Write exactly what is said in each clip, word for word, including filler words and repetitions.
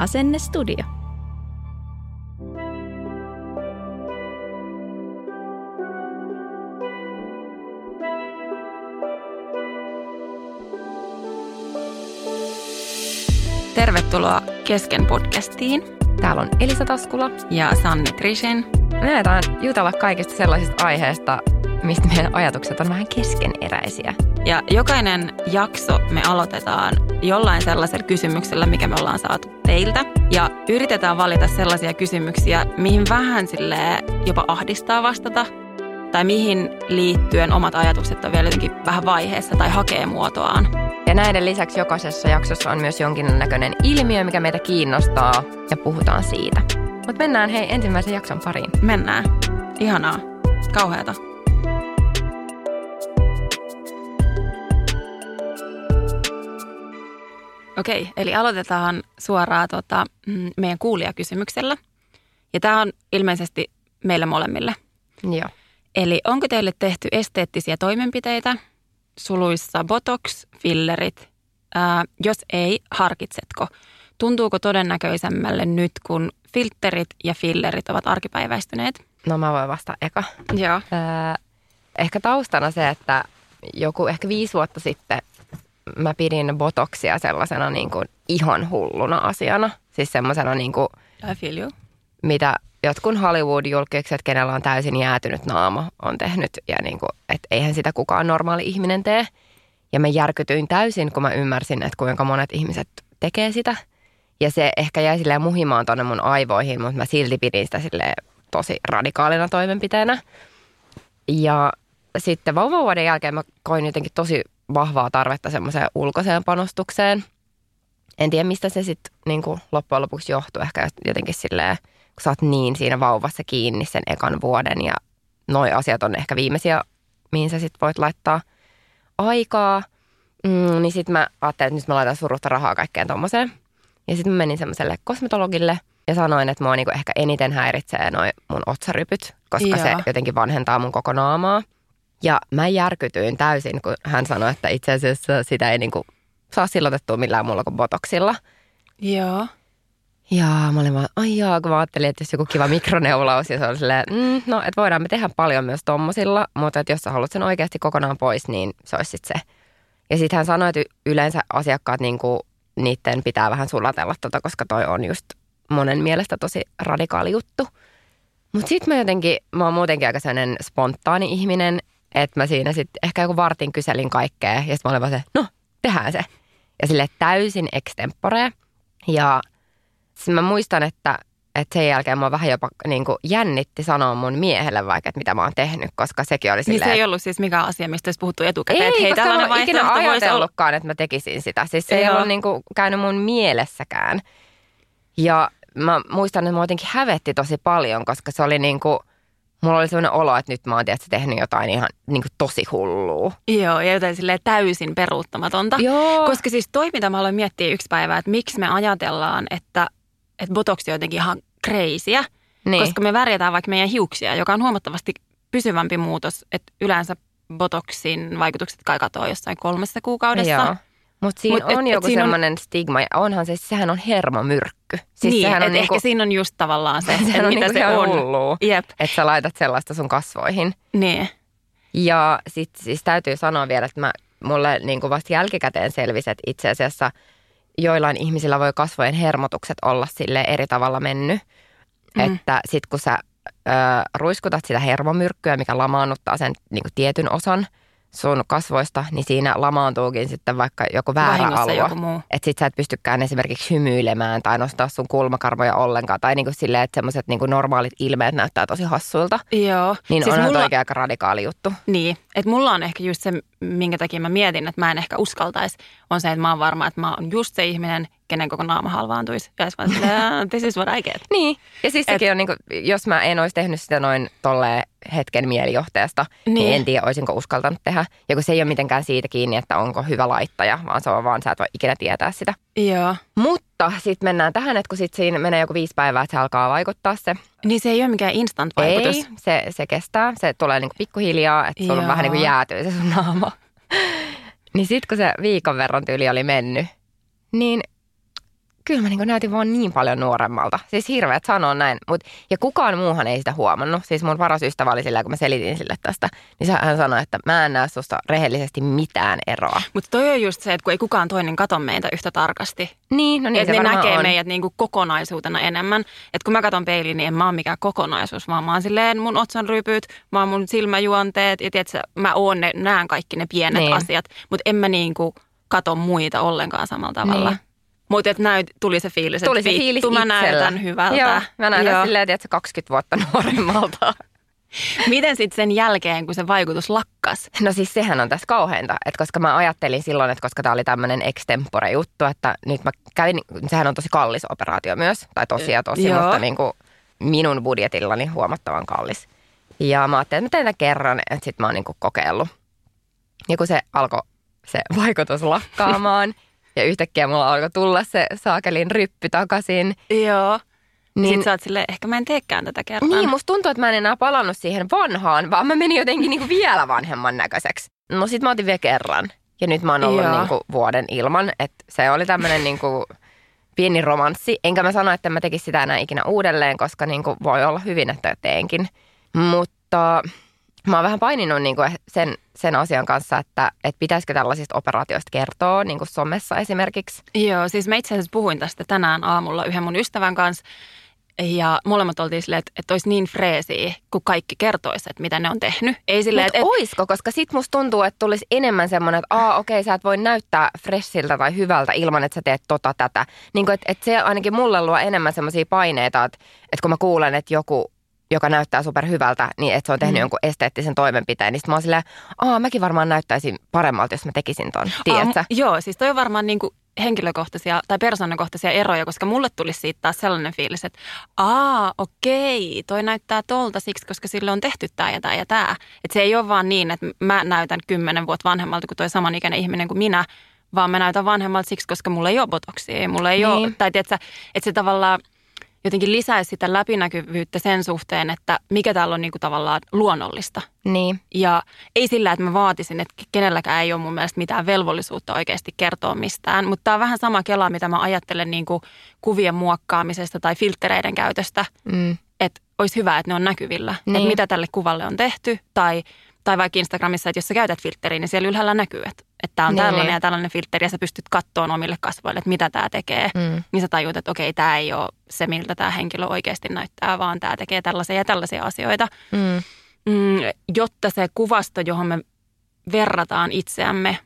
Asennestudio. Tervetuloa Kesken podcastiin. Täällä on Elisa Taskula ja Sanni Trishen. Me aletaan jutella kaikista sellaisista aiheista, mistä meidän ajatukset on vähän keskeneräisiä. Ja jokainen jakso me aloitetaan jollain sellaisella kysymyksellä, mikä me ollaan saatu teiltä. Ja yritetään valita sellaisia kysymyksiä, mihin vähän silleen jopa ahdistaa vastata. Tai mihin liittyen omat ajatukset on vielä jotenkin vähän vaiheessa tai hakee muotoaan. Ja näiden lisäksi jokaisessa jaksossa on myös jonkinnäköinen ilmiö, mikä meitä kiinnostaa ja puhutaan siitä. Mutta mennään hei ensimmäisen jakson pariin. Mennään. Ihanaa. Kauheata. Okei, eli aloitetaan suoraan tota, meidän kuulijakysymyksellä. Ja tämä on ilmeisesti meille molemmille. Joo. Eli onko teille tehty esteettisiä toimenpiteitä, suluissa botox, fillerit? Ää, jos ei, harkitsetko? Tuntuuko todennäköisemmälle nyt, kun filterit ja fillerit ovat arkipäiväistyneet? No mä voin vastata eka. Joo. Öö, ehkä taustana se, että joku ehkä viisi vuotta sitten mä pidin botoxia sellaisena niin kuin ihan hulluna asiana. Siis semmoisena niin kuin, I feel you. Mitä jotkut Hollywood-julkikset, kenellä on täysin jäätynyt naama, on tehnyt. Ja niin kuin, että eihän sitä kukaan normaali ihminen tee. Ja mä järkytyin täysin, kun mä ymmärsin, että kuinka monet ihmiset tekee sitä. Ja se ehkä jäi silleen muhimaan tonne mun aivoihin, mutta mä silti pidin sitä silleen tosi radikaalina toimenpiteenä. Ja sitten vauvavuoden jälkeen mä koin jotenkin tosi vahvaa tarvetta semmoiseen ulkoiseen panostukseen. En tiedä, mistä se sitten niin kuin loppujen lopuksi johtuu. Ehkä jotenkin silleen, kun sä oot niin siinä vauvassa kiinni sen ekan vuoden. Ja noi asiat on ehkä viimeisiä, mihin sä sitten voit laittaa aikaa. Mm, niin sitten mä ajattelin, että nyt mä laitan surutta rahaa kaikkeen tommoseen. Ja sitten mä menin semmoiselle kosmetologille ja sanoin, että mua niinku ehkä eniten häiritsee noi mun otsarypyt, koska Joo. se jotenkin vanhentaa mun koko naamaa. Ja mä järkytyin täysin, kun hän sanoi, että itse asiassa sitä ei niinku saa sillotettua millään muulla kuin botoksilla. Joo. Ja mä olin vaan, ai jaa, kun mä ajattelin, että jos joku kiva mikroneulaus ja se oli silleen, mm, no, että voidaan me tehdä paljon myös tommosilla, mutta että jos sä haluat sen oikeasti kokonaan pois, niin se olisi sitten se. Ja sitten hän sanoi, että yleensä asiakkaat niinku, niiden pitää vähän sulatella tota, koska toi on just monen mielestä tosi radikaali juttu. Mutta sitten mä jotenkin, mä oon muutenkin aika sellainen spontaani ihminen, että mä siinä sitten ehkä joku vartin kyselin kaikkea ja sitten mä olin vaan se, no, tehdään se. Ja silleen täysin extempore. Ja sitten mä muistan, että, että sen jälkeen mua vähän jopa niin kuin jännitti sanoa mun miehelle vaikka, että mitä mä oon tehnyt, koska sekin oli silleen. Niin se ei ollut siis mikään asia, mistä olisi puhuttu etukäteen, ei, että hei, tällainen vaihtoehto voisi olla. Ei, koska mä oon ikinä ajatellutkaan, olla... että mä tekisin sitä. Siis se ei, ei ollut niin kuin käynyt mun mielessäkään. Ja mä muistan, että mä jotenkin hävetti tosi paljon, koska se oli niin kuin, mulla oli sellainen olo, että nyt mä oon tietysti tehnyt jotain ihan niin kuin tosi hullua. Joo, ja jotain silleen täysin peruuttamatonta. Joo. Koska siis toi, mitä mä aloin miettiä yksi päivä, että miksi me ajatellaan, että, että botoksi on jotenkin ihan crazyä. Niin. Koska me värjätään vaikka meidän hiuksia, joka on huomattavasti pysyvämpi muutos, että yleensä botoksin vaikutukset kai katoaa jossain kolmessa kuukaudessa. Joo. Mutta siinä Mut on et, joku semmoinen on... stigma, ja onhan se, sehän on hermomyrkky. Siis niin, sehän on niinku, niinku, ehkä siinä on just tavallaan se, sehän on mitä niinku se ihan on. Hullua, Jep. Että sä laitat sellaista sun kasvoihin. Niin. Ja sitten siis täytyy sanoa vielä, että mä, mulle niinku vasta jälkikäteen selvisi, että itse asiassa joillain ihmisillä voi kasvojen hermotukset olla sille eri tavalla mennyt. Mm. Että sit kun sä ö, ruiskutat sitä hermomyrkkyä, mikä lamaannuttaa sen niinku tietyn osan sun kasvoista, niin siinä lamaantuukin sitten vaikka joku väärä alue. Että sit sä et pystykään esimerkiksi hymyilemään tai nostaa sun kulmakarvoja ollenkaan. Tai niinku silleen, että semmoiset niinku normaalit ilmeet näyttää tosi hassuilta. Joo. Niin siis onhan mulla... oikein aika radikaali juttu. Niin, että mulla on ehkä just se, minkä takia mä mietin, että mä en ehkä uskaltaisi, on se, että mä oon varma, että mä oon just se ihminen, kenen koko naama halvaantuisi. Ja olisi vaan silleen, this is what I get. Niin, ja siis sekin Et... on niinku, jos mä en olisi tehnyt sitä noin tolleen hetken mielijohteesta, niin. niin en tiedä, olisinko uskaltanut tehdä. Ja kun se ei ole mitenkään siitä kiinni, että onko hyvä laittaja, vaan se on vaan, sä et voi ikinä tietää sitä. Joo. Mutta sitten mennään tähän, että kun sitten siinä menee joku viisi päivää, että se alkaa vaikuttaa se. Niin se ei ole mikään instant-vaikutus. Ei, se, se kestää. Se tulee niinku pikkuhiljaa, että sulla on vähän niin kuin jäätyy se sun naama. Niin sitten kun se viikon verran tyyli oli mennyt, niin kyllä mä niin näytin vaan niin paljon nuoremmalta. Siis hirveät sanoa näin. Mut, ja kukaan muuhan ei sitä huomannut. Siis mun paras ystävä oli sillä, kun mä selitin sille tästä, niin hän sanoi, että mä en näe susta rehellisesti mitään eroa. Mutta toi on just se, että kun ei kukaan toinen katso meitä yhtä tarkasti. Niin, no niin että se ne näkee on. meidät niinku kokonaisuutena enemmän. Että kun mä katson peiliin, niin en mä ole mikään kokonaisuus, vaan mä oon silleen mun otsanrypyt, mä oon mun silmäjuonteet ja tiedätkö, mä oon ne, näen kaikki ne pienet niin. asiat, mutta en mä niinku kato muita ollenkaan samalla tavalla. Niin. Mutta näyt, tuli se fiilis, että tuli se fiilis vittu, mä itsellä. näytän hyvältä. Joo, mä näytän Joo. silleen, että kaksikymmentä vuotta nuoremmalta. Miten sitten sen jälkeen, kun se vaikutus lakkas? No siis sehän on tässä kauheinta, että koska mä ajattelin silloin, että koska tää oli tämmöinen extempore juttu, että nyt mä kävin, sehän on tosi kallis operaatio myös, tai tosi ja tosi, Joo. mutta niin kuin minun budjetillani huomattavan kallis. Ja mä ajattelin, että mä teen tämän kerran, että sit mä oon niin kuin kokeillut. Ja kun se alkoi se vaikutus lakkaamaan ja yhtäkkiä mulla alkoi tulla se saakelin ryppy takaisin. Joo. Niin, Sitten sä oot silleen, ehkä mä en teekään tätä kertaa. niin, musta tuntuu, että mä en enää palannut siihen vanhaan, vaan mä menin jotenkin niinku vielä vanhemman näköiseksi. No sit mä otin vielä kerran. Ja nyt mä oon ollut niinku vuoden ilman. Että se oli tämmönen niinku pieni romanssi. Enkä mä sano, että mä tekisin sitä enää ikinä uudelleen, koska niinku voi olla hyvin, että teenkin. Mutta mä oon vähän paininut niinku sen, sen asian kanssa, että et pitäisikö tällaisista operaatioista kertoa niinku somessa esimerkiksi. Joo, siis mä itse asiassa puhuin tästä tänään aamulla yhden mun ystävän kanssa. Ja molemmat oltiin silleen, että, että olisi niin freesiä, kun kaikki kertoisi, että mitä ne on tehnyt. Ei silleen, Mutta että, oisko, koska sit musta tuntuu, että tulisi enemmän semmoinen, että aa okei, sä et voi näyttää freshiltä tai hyvältä ilman, että sä teet tota tätä. Niin kuin, että, että se ainakin mulle luo enemmän semmoisia paineita, että, että kun mä kuulen, että joku, joka näyttää superhyvältä, niin että se on tehnyt mm. jonkun esteettisen toimenpiteen, niin sit mä oon silleen, aa mäkin varmaan näyttäisin paremmalta, jos mä tekisin ton, tiedätkö? Aa, joo, siis toi on varmaan niin kuin henkilökohtaisia tai persoonakohtaisia eroja, koska mulle tulisi siitä taas sellainen fiilis, että aa, okei, toi näyttää tolta siksi, koska sille on tehty tää ja tää ja tää. Että se ei ole vaan niin, että mä näytän kymmenen vuotta vanhemmalta kuin toi samanikäinen ihminen kuin minä, vaan mä näytän vanhemmalta siksi, koska mulla ei ole botoksia, mulla ei niin. ole, tai tiedätkö, että se tavallaan jotenkin lisäisi sitä läpinäkyvyyttä sen suhteen, että mikä täällä on niinku tavallaan luonnollista. Niin. Ja ei sillä, että mä vaatisin, että kenelläkään ei ole mun mielestä mitään velvollisuutta oikeasti kertoa mistään. Mutta tämä on vähän sama kela, mitä mä ajattelen niinku kuvien muokkaamisesta tai filttereiden käytöstä. Mm. Että olisi hyvä, että ne on näkyvillä. Niin. Että mitä tälle kuvalle on tehty. Tai, tai vaikka Instagramissa, että jos sä käytät filtteriä, niin siellä ylhäällä näkyy, että, että tämä on niin, tällainen niin. ja tällainen filtteri. Ja sä pystyt kattoon omille kasvoille, että mitä tämä tekee. Mm. Niin sä tajuut, että okei, tämä ei ole se, miltä tämä henkilö oikeasti näyttää, vaan tämä tekee tällaisia ja tällaisia asioita. Mm. Mm, jotta se kuvasto, johon me verrataan itseämme,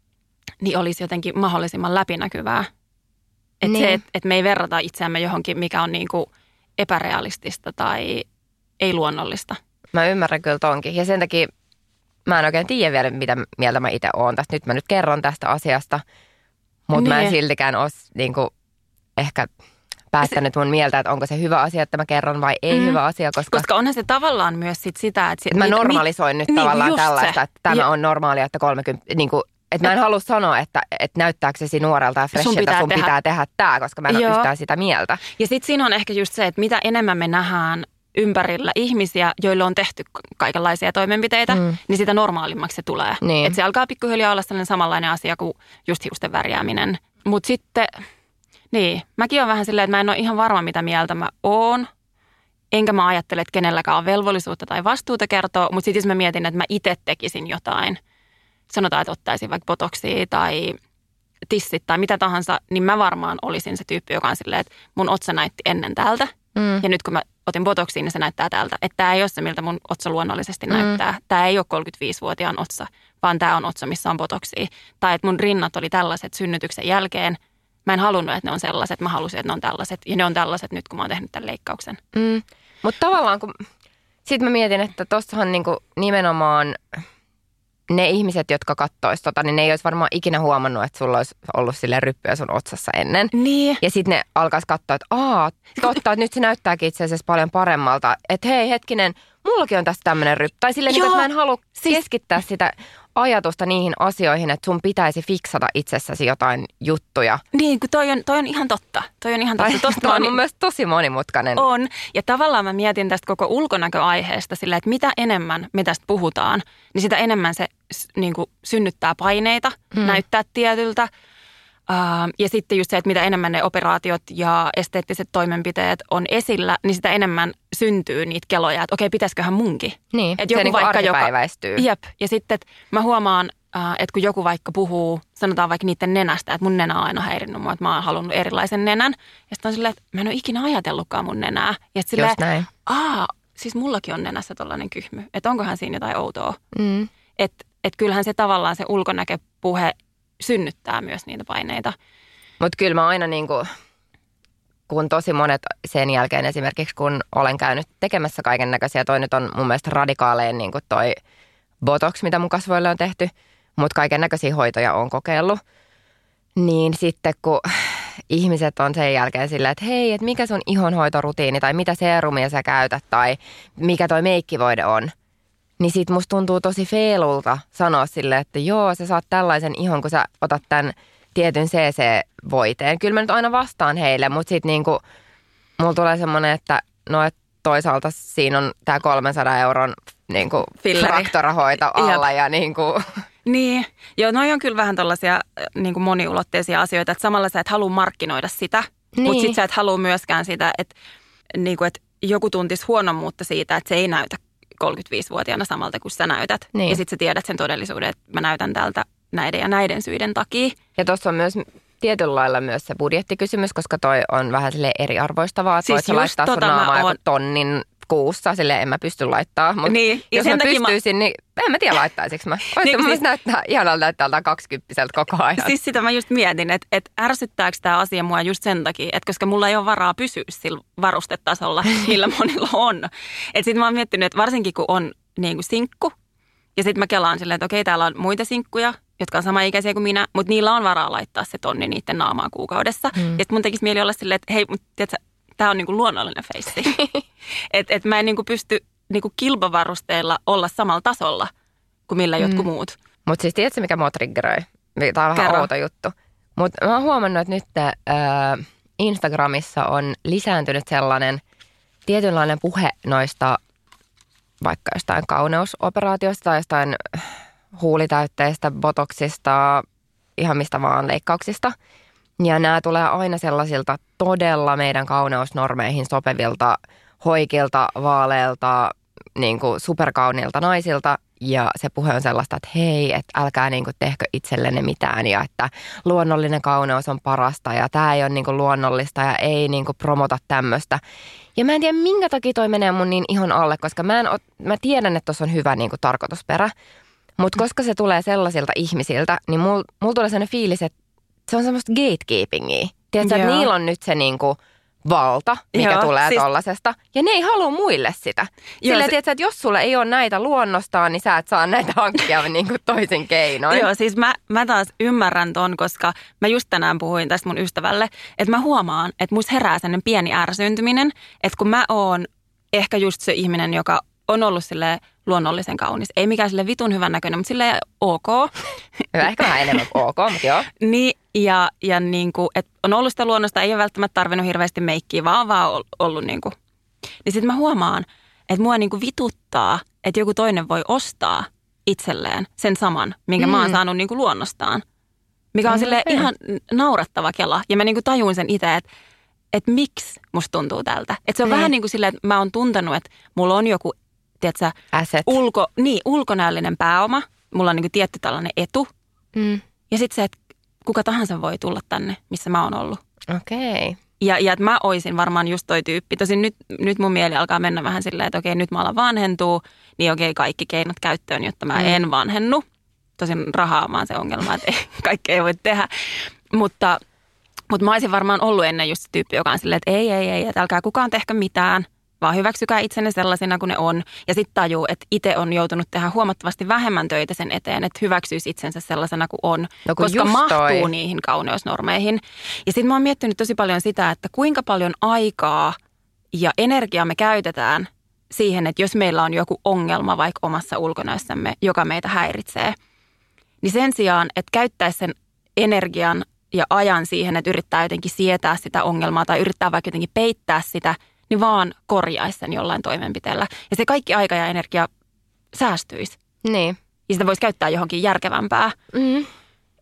niin olisi jotenkin mahdollisimman läpinäkyvää. Että niin. se, että et me ei verrata itseämme johonkin, mikä on niinku epärealistista tai ei luonnollista. Mä ymmärrän kyllä tonkin. Ja sen takia mä en oikein tiedä vielä, mitä mieltä mä itse oon tästä. Nyt mä nyt kerron tästä asiasta, mutta niin. mä en siltikään ole niinku ehkä päättänyt mun mieltä, että onko se hyvä asia, että mä kerron vai ei mm. hyvä asia. Koska, koska onhan se tavallaan myös sit sitä, että... että mä normalisoin mit, nyt niin, tavallaan tällaista, se. Että tämä ja. on normaalia, että kolmekymmentä... Niin kuin, että mä en halua sanoa, että, että näyttääksesi nuorelta ja freshiltä sun pitää, sun tehdä. pitää tehdä tämä, koska mä en Joo. ole yhtään sitä mieltä. Ja sitten siinä on ehkä just se, että mitä enemmän me nähdään ympärillä ihmisiä, joille on tehty kaikenlaisia toimenpiteitä, mm. niin sitä normaalimmaksi se tulee. Niin. Että se alkaa pikkuhiljaa olla sellainen samanlainen asia kuin just hiusten värjääminen. Mutta sitten... Niin, mäkin olen vähän silleen, että mä en ole ihan varma, mitä mieltä mä oon. Enkä mä ajattele, että kenelläkään on velvollisuutta tai vastuuta kertoa. Mutta sitten jos mä mietin, että mä itse tekisin jotain, sanotaan, että ottaisin vaikka botoksia tai tissit tai mitä tahansa, niin mä varmaan olisin se tyyppi, joka on silleen, että mun otsa näytti ennen tältä. Mm. Ja nyt kun mä otin botoksiin, niin se näyttää tältä. Että tämä ei ole se, miltä mun otsa luonnollisesti mm. näyttää. Tämä ei ole kolmekymmentäviisivuotiaan otsa, vaan tämä on otsa, missä on botoksia. Tai että mun rinnat oli tällaiset synnytyksen jälkeen. Mä en halunnut, että ne on sellaiset. Mä halusin, että ne on tällaiset. Ja ne on tällaiset nyt, kun mä oon tehnyt tämän leikkauksen. Mm. Mutta tavallaan, kun... Sitten mä mietin, että tossahan niinku nimenomaan ne ihmiset, jotka kattois tota, niin ne ei olisi varmaan ikinä huomannut, että sulla olisi ollut sille ryppyä sun otsassa ennen. Niin. Ja sitten ne alkaisi katsoa, että aa, totta, että nyt se näyttääkin itse asiassa paljon paremmalta. Että hei, hetkinen, mullakin on tässä tämmöinen ryppy. Tai silleen, että mä en halua siis... keskittää sitä ajatusta niihin asioihin, että sun pitäisi fiksata itsessäsi jotain juttuja. Niin, kun toi on, toi on ihan totta. Toi on ihan totta. Tosta on mun mielestä tosi monimutkainen. On. Ja tavallaan mä mietin tästä koko ulkonäköaiheesta sillä, että mitä enemmän me tästä puhutaan, niin sitä enemmän se niin kuin synnyttää paineita, mm. näyttää tietyltä. Uh, ja sitten just se, että mitä enemmän ne operaatiot ja esteettiset toimenpiteet on esillä, niin sitä enemmän syntyy niitä keloja, että okei, pitäisiköhän munkin. Niin, et joku se niin vaikka arkipäiväistyy. Joka, jep, ja sitten että mä huomaan, uh, että kun joku vaikka puhuu, sanotaan vaikka niiden nenästä, että mun nenä on aina häirinnyt mua, että mä oon halunnut erilaisen nenän. Ja sitten on silleen, että mä en ole ikinä ajatellutkaan mun nenää. Ja sitten silleen, näin. Aa, siis mullakin on nenässä tollainen kyhmy, että onkohan siinä jotain outoa. Mm. Että et kyllähän se tavallaan se ulkonäköpuhe synnyttää myös niitä paineita. Mutta kyllä mä aina niin kuin, kun tosi monet sen jälkeen esimerkiksi, kun olen käynyt tekemässä kaiken näköisiä, toi nyt on mun mielestä radikaalein niin kuin toi botox, mitä mun kasvoille on tehty, mutta kaiken näköisiä hoitoja on kokeillut. Niin sitten kun ihmiset on sen jälkeen silleen, että hei, että mikä sun ihonhoitorutiini tai mitä serumia sä käytät tai mikä toi meikkivoide on. Niin sit musta tuntuu tosi feelulta sanoa silleen, että joo, sä saat tällaisen ihon, kun sä otat tämän tietyn C C-voiteen. Kyllä mä nyt aina vastaan heille, mutta sit niinku mulla tulee semmoinen, että no et toisaalta siinä on tää kolmensadan euron niinku fraktorahoito alla ja niinku... Niin, joo, noi on kyllä vähän tollaisia niin kuin moniulotteisia asioita, että samalla sä et halua markkinoida sitä, niin. Mutta sit sä et halua myöskään sitä, että, niin kuin, että joku tuntisi huonommuutta siitä, että se ei näytä kolmekymmentäviisivuotiaana samalta kuin sä näytät. Niin. Ja sit sä tiedät sen todellisuuden, että mä näytän tältä näiden ja näiden syiden takia. Ja tuossa on myös tietyllä lailla myös se budjettikysymys, koska toi on vähän silleen eriarvoistavaa. Siis toissa laittaa sun tota naamaa joku tonnin kuussa, silleen en mä pysty laittaa. Mutta niin. Jos mä pystyisin, mä... niin en mä tiedä laittaisinko mä. Olisi niin, mun siis... näyttää ihanalta näyttää kaksikymppiseltä koko ajan. Siis sitä mä just mietin, että, että ärsyttääkö tämä asia mua just sen takia, että koska mulla ei ole varaa pysyä sillä varustetasolla, millä monilla on. Että sit mä oon miettinyt, että varsinkin kun on niin kuin sinkku, ja sit mä kelaan silleen, että okei, täällä on muita sinkkuja, jotka on samaikäisiä kuin minä, mutta niillä on varaa laittaa se tonni niiden naamaan kuukaudessa. Hmm. Ja sit mun tekisi mieli olla silleen, että hei, mutta tiedätkö, tää on niinku luonnollinen feissi. Että et mä en niinku pysty niinku kilpavarusteilla olla samalla tasolla kuin millä mm. jotkut muut. Mutta siis tiedätkö, mikä mua triggeröi? Tämä on vähän Kerro. outo juttu. Mutta mä oon huomannut, että nyt äh, Instagramissa on lisääntynyt sellainen tietynlainen puhe noista vaikka jostain kauneusoperaatioista tai jostain huulitäytteistä, botoksista, ihan mistä vaan leikkauksista. Ja nämä tulee aina sellaisilta todella meidän kauneusnormeihin sopivilta, hoikilta, vaaleilta, niin kuin superkauniilta naisilta. Ja se puhe on sellaista, että hei, että älkää niin kuin tehkö itsellenne mitään ja että luonnollinen kauneus on parasta ja tämä ei ole niin kuin luonnollista ja ei niin kuin promota tämmöistä. Ja mä en tiedä, minkä takia toi menee mun niin ihon alle, koska mä, en ole, mä tiedän, että tuossa on hyvä niin kuin tarkoitusperä. Mutta koska se tulee sellaisilta ihmisiltä, niin mulla mul tulee sellainen fiilis, että se on semmoista gatekeepingia. Tiedätkö, että niillä on nyt se niinku valta, mikä Joo, tulee siis... tollasesta. Ja ne ei halua muille sitä. Silleen, se... tiedätkö, että jos sulla ei ole näitä luonnostaan, niin sä et saa näitä hankkia niinku toisen keinoin. Joo, siis mä, mä taas ymmärrän ton, koska mä just tänään puhuin tästä mun ystävälle, että mä huomaan, että musta herää sellainen pieni ärsyntyminen, että kun mä oon ehkä just se ihminen, joka on ollut silleen luonnollisen kaunis. Ei mikään sille vitun hyvän näköinen, mutta silleen ok. Hyvä, ehkä vähän enemmän kuin ok, mutta joo. Niin, ja, ja niin kuin, että on ollut sitä luonnosta, ei ole välttämättä tarvinnut hirveästi meikkiä, vaan on vaan ollut niin kuin. Niin sitten mä huomaan, että mua niin kuin vituttaa, että joku toinen voi ostaa itselleen sen saman, minkä mm. mä oon saanut niin kuin luonnostaan. Mikä on mm, silleen okay. ihan naurattava kela. Ja mä niin kuin tajuin sen itse, että että miksi musta tuntuu tältä. Että se on mm. vähän niin kuin silleen, että mä oon tuntenut, että mulla on joku tiedätkö, ulko, niin, ulkonäöllinen pääoma. Mulla on niin kuin tietty tällainen etu. Mm. Ja sitten se, että kuka tahansa voi tulla tänne, missä mä oon ollut. Okei. Okay. Ja, ja että mä oisin varmaan just toi tyyppi. Tosin nyt, nyt mun mieli alkaa mennä vähän silleen, että okei, nyt mä alan vanhentua. Niin okei, kaikki keinot käyttöön, jotta mä mm. en vanhennu. Tosin rahaa on se ongelma, että kaikkea ei voi tehdä. Mutta, mutta mä olisin varmaan ollut ennen just se tyyppi, joka on silleen, että ei, ei, ei, että älkää kukaan tehkö mitään. Vaan hyväksykää itsenne sellaisina kuin ne on. Ja sitten tajuu, että itse on joutunut tehdä huomattavasti vähemmän töitä sen eteen, että hyväksyisi itsensä sellaisena kuin on. No kun koska mahtuu toi. Niihin kauneusnormeihin. Ja sitten mä oon miettinyt tosi paljon sitä, että kuinka paljon aikaa ja energiaa me käytetään siihen, että jos meillä on joku ongelma vaikka omassa ulkonäössämme, joka meitä häiritsee. Niin sen sijaan, että käyttäisi sen energian ja ajan siihen, että yrittää jotenkin sietää sitä ongelmaa tai yrittää vaikka jotenkin peittää sitä, niin vaan korjaisi sen jollain toimenpiteellä. Ja se kaikki aika ja energia säästyisi. Niin. Ja sitä voisi käyttää johonkin järkevämpää. Mm.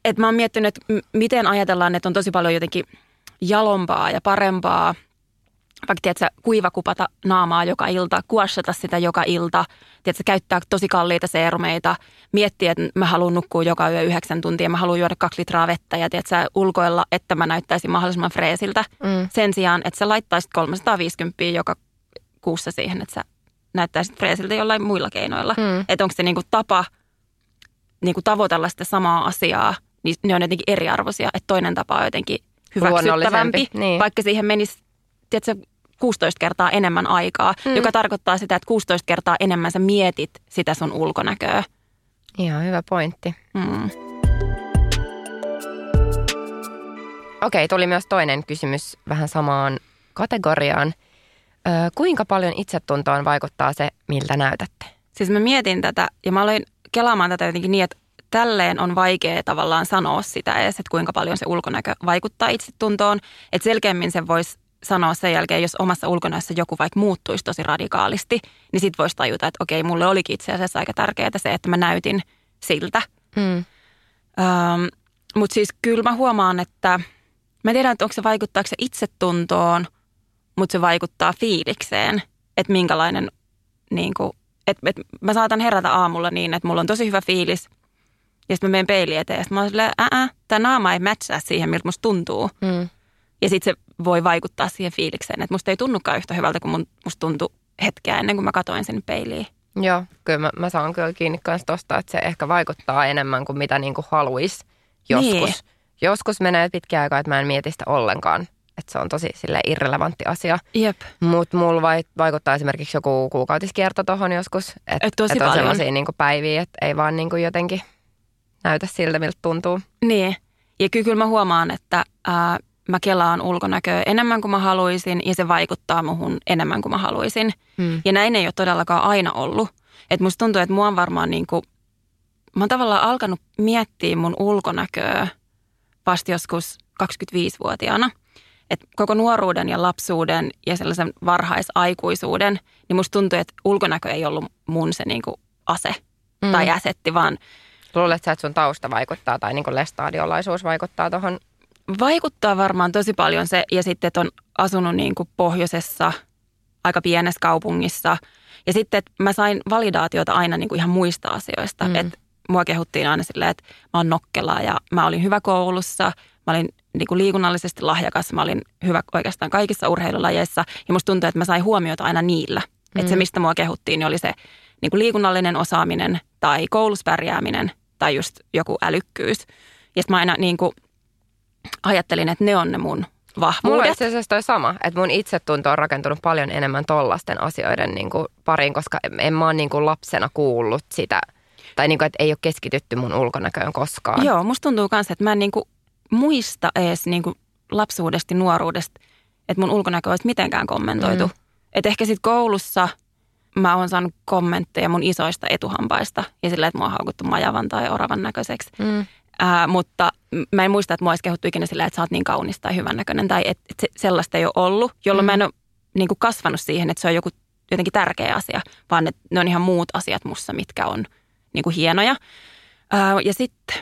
että mä oon miettinyt, että m- miten ajatellaan, että on tosi paljon jotenkin jalompaa ja parempaa. Vaikka, tiedätkö, kuivakupata naamaa joka ilta, kuashata sitä joka ilta, tiedätkö, käyttää tosi kalliita seerumeita, miettiä, että mä haluan nukkua joka yö yhdeksän tuntia, mä haluan juoda kaksi litraa vettä ja tiedätkö, ulkoilla, että mä näyttäisin mahdollisimman freesiltä. Mm. Sen sijaan, että sä laittaisit kolmesataaviisikymmentä joka kuussa siihen, että sä näyttäisit freesiltä jollain muilla keinoilla. Mm. Että onko se niinku tapa niinku tavoitella sitä samaa asiaa, niin ne on jotenkin eriarvoisia, että toinen tapa on jotenkin hyväksyttävämpi, niin. Vaikka siihen menisi, tiedätkö, kuusitoista kertaa enemmän aikaa, mm. joka tarkoittaa sitä, että kuusitoista kertaa enemmän sä mietit sitä sun ulkonäköä. Ihan hyvä pointti. Mm. Okei, tuli myös toinen kysymys vähän samaan kategoriaan. Ö, kuinka paljon itsetuntoon vaikuttaa se, miltä näytätte? Siis mä mietin tätä ja mä aloin kelaamaan tätä jotenkin niin, että tälleen on vaikea tavallaan sanoa sitä edes, että kuinka paljon se ulkonäkö vaikuttaa itsetuntoon. Että selkeämmin se voisi sanoa sen jälkeen, jos omassa ulkonäössä joku vaikka muuttuisi tosi radikaalisti, niin sit voisi tajuta, että okei, mulle olikin itse asiassa aika tärkeää se, että mä näytin siltä. Mm. Ähm, Mutta siis kyllä mä huomaan, että mä en tiedä, että onko se vaikuttaako se itsetuntoon, mutta se vaikuttaa fiilikseen, että minkälainen, niin kuin, että, että mä saatan herätä aamulla niin, että mulla on tosi hyvä fiilis, ja sitten mä menen peiliin eteen, ja sitten mä oon silleen, ää, tämä naama ei matchaa siihen, miltä musta tuntuu. Mm. Ja sitten se voi vaikuttaa siihen fiilikseen, että musta ei tunnukaan yhtä hyvältä, kuin mun, musta tuntui hetkeä ennen kuin mä katoin sen peiliin. Joo, kyllä mä, mä saan kyllä kiinni kanssa tosta, että se ehkä vaikuttaa enemmän kuin mitä niinku haluaisi joskus. Niin. Joskus menee pitkä aika, että mä en mieti sitä ollenkaan, että se on tosi silleen irrelevantti asia. Jep. Mutta mulla vaikuttaa esimerkiksi joku kuukautiskierto tohon joskus, että et, et on sellaisia niinku päiviä, että ei vaan niinku jotenkin näytä siltä, miltä tuntuu. Niin, ja kyllä, kyllä mä huomaan, että ää, mä kelaan ulkonäköä enemmän kuin mä haluaisin ja se vaikuttaa muhun enemmän kuin mä haluaisin. Hmm. Ja näin ei ole todellakaan aina ollut. Että musta tuntuu, että mua on varmaan niin kuin, mä oon tavallaan alkanut miettiä mun ulkonäköä vasta joskus kaksikymmentäviisivuotiaana. Että koko nuoruuden ja lapsuuden ja sellaisen varhaisaikuisuuden, niin musta tuntuu, että ulkonäkö ei ollut mun se niin kuin ase hmm. tai äsetti, vaan... Luuletko sä, että sun tausta vaikuttaa tai niin kuin lestadiolaisuus vaikuttaa tuohon? Vaikuttaa varmaan tosi paljon se, ja sitten, että on asunut niin kuin pohjoisessa, aika pienessä kaupungissa. Ja sitten, että mä sain validaatiota aina niin kuin ihan muista asioista. Mm. Että mua kehuttiin aina silleen, että mä oon nokkela ja mä olin hyvä koulussa. Mä olin niin kuin liikunnallisesti lahjakas, mä olin hyvä oikeastaan kaikissa urheilulajeissa. Ja musta tuntui, että mä sain huomiota aina niillä. Mm. Että se, mistä mua kehuttiin, niin oli se niin kuin liikunnallinen osaaminen tai koulussa pärjääminen tai just joku älykkyys. Ja sitten mä aina niin kuin ajattelin, että ne on ne mun vahvuudet. Mulla on itse asiassa toi sama, että mun itsetunto on rakentunut paljon enemmän tollaisten asioiden niin kuin pariin, koska en mä ole niin kuin lapsena kuullut sitä, tai niin kuin, että ei ole keskitytty mun ulkonäköön koskaan. Joo, musta tuntuu myös, että mä en niin kuin muista edes niin kuin lapsuudesta, nuoruudesta, että mun ulkonäkö olisi mitenkään kommentoitu. Mm. Että ehkä sitten koulussa mä oon saanut kommentteja mun isoista etuhampaista ja sillä, että mua on haukuttu majavan tai oravan näköiseksi. Mm. Ää, mutta mä en muista, että mua olisi kehuttu ikinä sillä, että sä oot niin kaunis tai hyvännäköinen tai että et se, sellaista ei ole ollut, jolloin mm. mä en ole niin kuin kasvanut siihen, että se on joku jotenkin tärkeä asia, vaan että ne on ihan muut asiat mussa, mitkä on niin kuin hienoja. Ää, ja sitten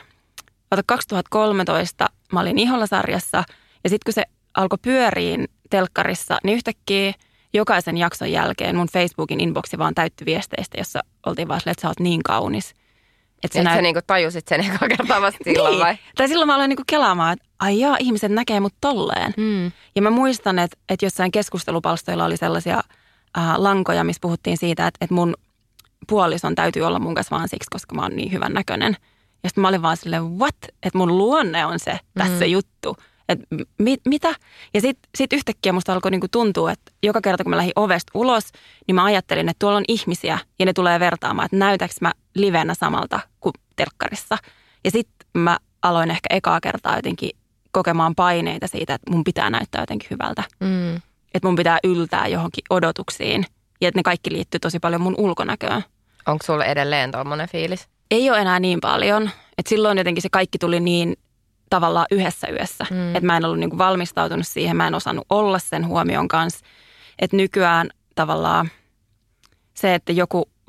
kaksituhattakolmetoista mä olin Iholla-sarjassa ja sitten kun se alkoi pyöriin telkkarissa, niin yhtäkkiä jokaisen jakson jälkeen mun Facebookin inboxi vaan täyttyi viesteistä, jossa oltiin vaan silleen, että sä oot niin kaunis. Että sä, näet... sä niinku tajusit sen eka kertaa vasta silloin niin. vai? Tai silloin mä aloin niinku kelaamaan, että ai jaa, ihmiset näkee mut tolleen. Mm. Ja mä muistan, että, että jossain keskustelupalstoilla oli sellaisia äh, lankoja, missä puhuttiin siitä, että, että mun puolison täytyy olla mun kanssa vaan siksi, koska mä oon niin hyvän näköinen. Ja sitten mä olin vaan silleen, what? Että mun luonne on se tässä mm. juttu. Että mit, mitä? Ja sitten sit yhtäkkiä musta alkoi niinku tuntua, että joka kerta kun mä lähdin ovesta ulos, niin mä ajattelin, että tuolla on ihmisiä ja ne tulee vertaamaan, että näytäks mä livenä samalta kuin telkkarissa. Ja sitten mä aloin ehkä ekaa kertaa jotenkin kokemaan paineita siitä, että mun pitää näyttää jotenkin hyvältä. Mm. Että mun pitää yltää johonkin odotuksiin ja että ne kaikki liittyy tosi paljon mun ulkonäköön. Onko sulla edelleen tommoinen fiilis? Ei ole enää niin paljon. Että silloin jotenkin se kaikki tuli niin tavallaan yhdessä yössä. Mm. Että mä en ollut niinku valmistautunut siihen, mä en osannut olla sen huomion kanssa. Että nykyään tavallaan se, että joku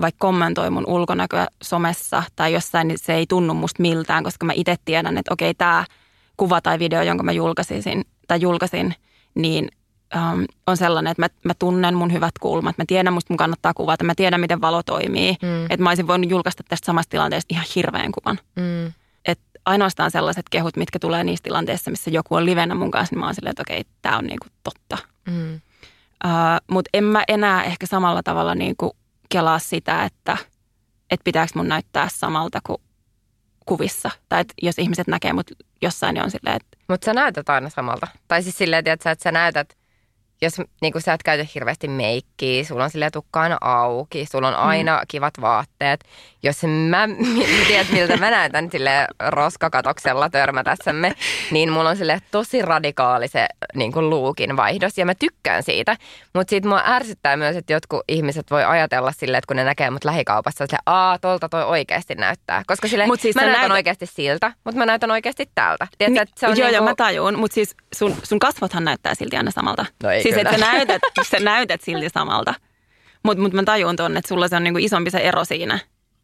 vaikka kommentoi mun ulkonäköä somessa tai jossain, niin se ei tunnu musta miltään, koska mä itse tiedän, että okei, tämä kuva tai video, jonka mä julkaisin, tai julkaisin, niin um, on sellainen, että mä, mä tunnen mun hyvät kulmat, mä tiedän, musta mun kannattaa kuvata, mä tiedän, miten valo toimii, mm. että mä olisin voinut julkaista tästä samasta tilanteesta ihan hirveän kuvan. Mm. Että ainoastaan sellaiset kehut, mitkä tulee niissä tilanteissa, missä joku on livenä mun kanssa, niin mä oon silleen, että okei, tää on niinku totta. Mm. Uh, Mutta en mä enää ehkä samalla tavalla niinku kelaa sitä, että et pitääkö mun näyttää samalta kuin kuvissa. Tai että jos ihmiset näkee mut jossain, niin on silleen, että... Mutta sä näytät aina samalta. Tai siis silleen, että sä näytät, jos niin sä et käytä hirveästi meikkiä, sulla on silleen tukka aina auki, sulla on aina mm. kivat vaatteet. Jos mä tiedät, miltä mä näytän silleen roskakatoksella törmätässämme, niin mulla on silleen tosi radikaali se niin kuin luukin vaihdos ja mä tykkään siitä. Mutta siitä mua ärsyttää myös, että jotkut ihmiset voi ajatella silleen, että kun ne näkee mut lähikaupassa, että aa, tolta toi oikeasti näyttää. Koska silleen mut siis mä näytän näytät... oikeasti siltä, mutta mä näytän oikeasti tältä. Tiedätkö, Ni- että se on joo, niin kuin... joo, mä tajun, mutta siis sun, sun kasvothan näyttää silti aina samalta. No ei siis kyllä. että sä näytät, sä näytät silti samalta. Mutta mut mä tajun tuonne, että sulla se on niinku isompi se ero siinä.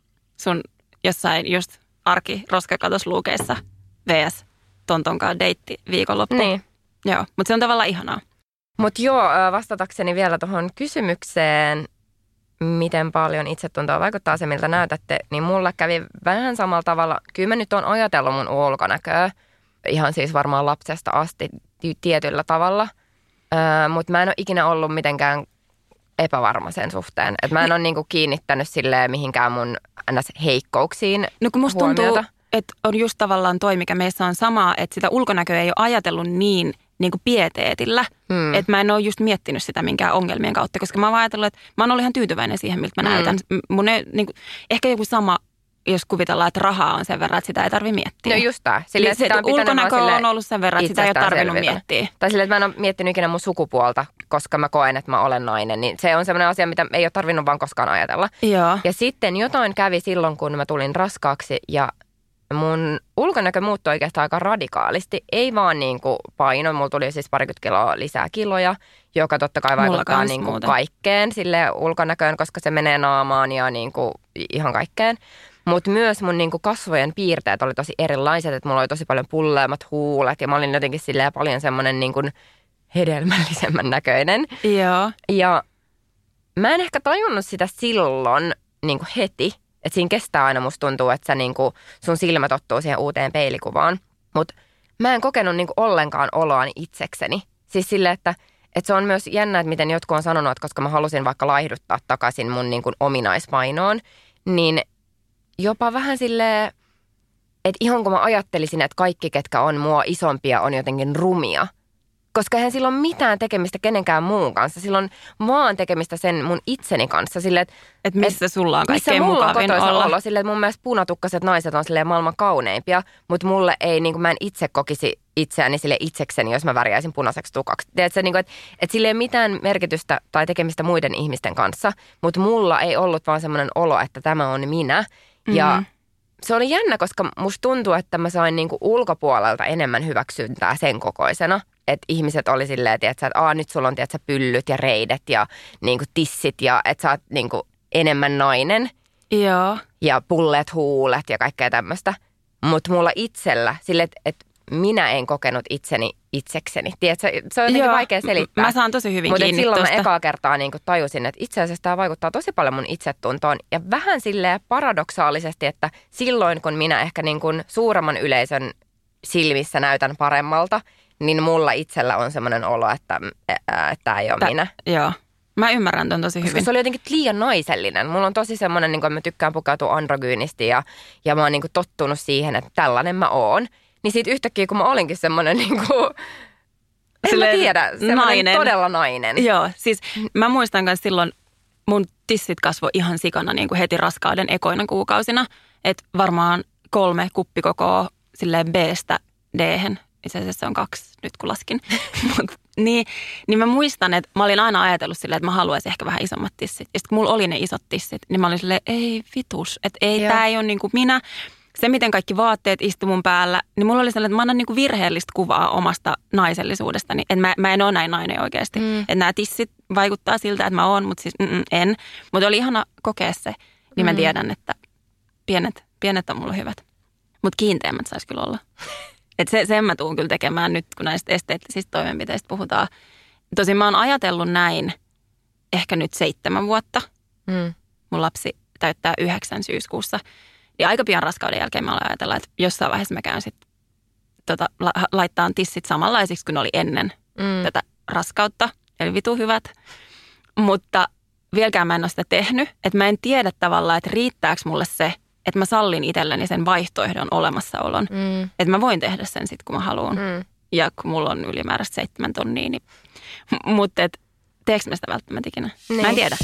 Sun jossain just arki roskakatosluukeissa vs. tontonkaan deitti viikonloppu. Niin. Joo, mutta se on tavallaan ihanaa. Mutta joo, vastatakseni vielä tuohon kysymykseen, miten paljon itsetuntoa vaikuttaa se, miltä näytätte, niin mulla kävi vähän samalla tavalla. Kyllä mä nyt oon ajatellut mun ulkonäköä, ihan siis varmaan lapsesta asti tietyllä tavalla, öö, mutta mä en ole ikinä ollut mitenkään epävarma sen suhteen. Että mä en ole niinku kiinnittänyt silleen mihinkään mun ns. Heikkouksiin No kun musta huomiota. tuntuu, että on just tavallaan toi, mikä meissä on sama, että sitä ulkonäköä ei ole ajatellut niin, niin kuin pieteetillä. Hmm. Että mä en ole just miettinyt sitä minkään ongelmien kautta, koska mä oon ajatellut, että mä oon ollut ihan tyytyväinen siihen, miltä mä hmm. näytän. Mun ei, niin kuin, ehkä joku sama, jos kuvitellaan, että rahaa on sen verran, että sitä ei tarvitse miettiä. No just tämä. Sille, se, että ulkonäkö on ollut sen verran, että sitä ei ole tarvinnut selvitä. miettiä. Tai silleen, että mä en ole miettinyt ikinä mun sukupuolta, koska mä koen, että mä olen nainen. Niin se on sellainen asia, mitä ei ole tarvinnut vaan koskaan ajatella. Joo. Ja sitten jotain kävi silloin, kun mä tulin raskaaksi ja mun ulkonäkö muuttui oikeastaan aika radikaalisti. Ei vaan niin kuin paino. Mulla tuli siis parikymmentä kiloa lisää kiloja, joka totta kai vaikuttaa niin kuin kaikkeen sille ulkonäköön, koska se menee naamaan ja niin kuin ihan kaikkeen. Mutta myös mun niinku kasvojen piirteet oli tosi erilaiset, että mulla oli tosi paljon pulleammat huulet ja mä olin jotenkin silleen paljon semmoinen niinku hedelmällisemmän näköinen. Joo. Ja mä en ehkä tajunnut sitä silloin niinku heti, että siinä kestää aina musta tuntuu, että sä niinku, sun silmä tottuu siihen uuteen peilikuvaan. Mutta mä en kokenut niinku ollenkaan oloani itsekseni. Siis silleen, että, että se on myös jännä, että miten jotkut on sanonut, että koska mä halusin vaikka laihduttaa takaisin mun niinku ominaispainoon, niin jopa vähän silleen, että ihan kun mä ajattelisin, että kaikki, ketkä on mua isompia, on jotenkin rumia. Koska eihän sillä ole mitään tekemistä kenenkään muun kanssa. Sillä on vaan tekemistä sen mun itseni kanssa. Sille, että et missä et, sulla on kaikkein mukavin olla. Missä mulla on olla. Sille, että mun mielestä punatukkaset naiset on silleen maailman kauneimpia, mutta mulle ei, niin kuin mä en itse kokisi itseäni sille itsekseni, jos mä värjäisin punaiseksi tukaksi. Tiedätkö, niin kuin, että, että sillä ei ole mitään merkitystä tai tekemistä muiden ihmisten kanssa, mutta mulla ei ollut vaan semmoinen olo, että tämä on minä. Ja mm-hmm. se oli jännä, koska musta tuntuu, että mä sain niinku ulkopuolelta enemmän hyväksyntää sen kokoisena. Että ihmiset oli silleen, tiiätkö, että Aa, nyt sulla on tiiätkö, pyllyt ja reidet ja niinku tissit ja että sä oot niinku enemmän nainen. Joo. Ja pulleet huulet ja kaikkea tämmöistä. Mutta mulla itsellä, silleen, että et minä en kokenut itseni itsekseni. Tiedätkö, se on jotenkin vaikea selittää. Mä saan tosi hyvin Mut kiinni silloin tosta. mä ekaa kertaa niin tajusin, että itse asiassa tämä vaikuttaa tosi paljon mun itsetuntoon. Ja vähän silleen paradoksaalisesti, että silloin kun minä ehkä niin kuin suuremman yleisön silmissä näytän paremmalta, niin mulla itsellä on semmoinen olo, että tämä ei ole Tä, minä. Joo. Mä ymmärrän ton tosi hyvin. Koska se oli jotenkin liian naisellinen. Mulla on tosi semmoinen, niin kuin mä tykkään pukeutua androgyynisti ja, ja mä oon niin kuin tottunut siihen, että tällainen mä oon. Niin siitä yhtäkkiä, kun mä olinkin semmoinen niin kuin, en Silleen mä tiedä, semmoinen nainen. Todella nainen. Joo, siis mä muistan myös silloin mun tissit kasvoi ihan sikana niin kuin heti raskauden ekoina kuukausina. Että varmaan kolme kuppikokoa silleen B-stä D-hen. Itse asiassa se on kaksi nyt kun laskin. Mut, niin, niin mä muistan, että mä olin aina ajatellut silleen, että mä haluaisin ehkä vähän isommat tissit. Ja sitten kun mulla oli ne isot tissit, niin mä olin silleen, ei vitus, että ei, tää ei ole niin kuin minä. se, miten kaikki vaatteet istu mun päällä, niin mulla oli sellainen, että mä annan niin kuin virheellistä kuvaa omasta naisellisuudestani. Että mä, mä en ole näin nainen oikeasti. Mm. Että nämä tissit vaikuttaa siltä, että mä oon, mutta siis mm, en. Mutta oli ihana kokea se, niin mä tiedän, että pienet, pienet on mulla hyvät. Mutta kiinteämmät saisi kyllä olla. Että se, sen mä tuun kyllä tekemään nyt, kun näistä esteettisistä toimenpiteistä puhutaan. Tosin mä oon ajatellut näin ehkä nyt seitsemän vuotta. Mm. Mun lapsi täyttää yhdeksän syyskuussa. Ja aika pian raskauden jälkeen mä olen ajatella, että jossain vaiheessa mä käyn sitten tota, la, laittaa tissit samanlaisiksi kuin ne oli ennen mm. tätä raskautta. Eli vitu hyvät. Mutta vieläkään mä en ole sitä tehnyt. Että mä en tiedä tavallaan, että riittääkö mulle se, että mä sallin itselleni sen vaihtoehdon olemassaolon. Mm. Että mä voin tehdä sen sitten, kun mä haluan. Mm. Ja kun mulla on ylimääräistä seitsemän tonnia, niin... Mutta et, teekö mä sitä välttämättä ikinä? Niin. Mä en tiedä.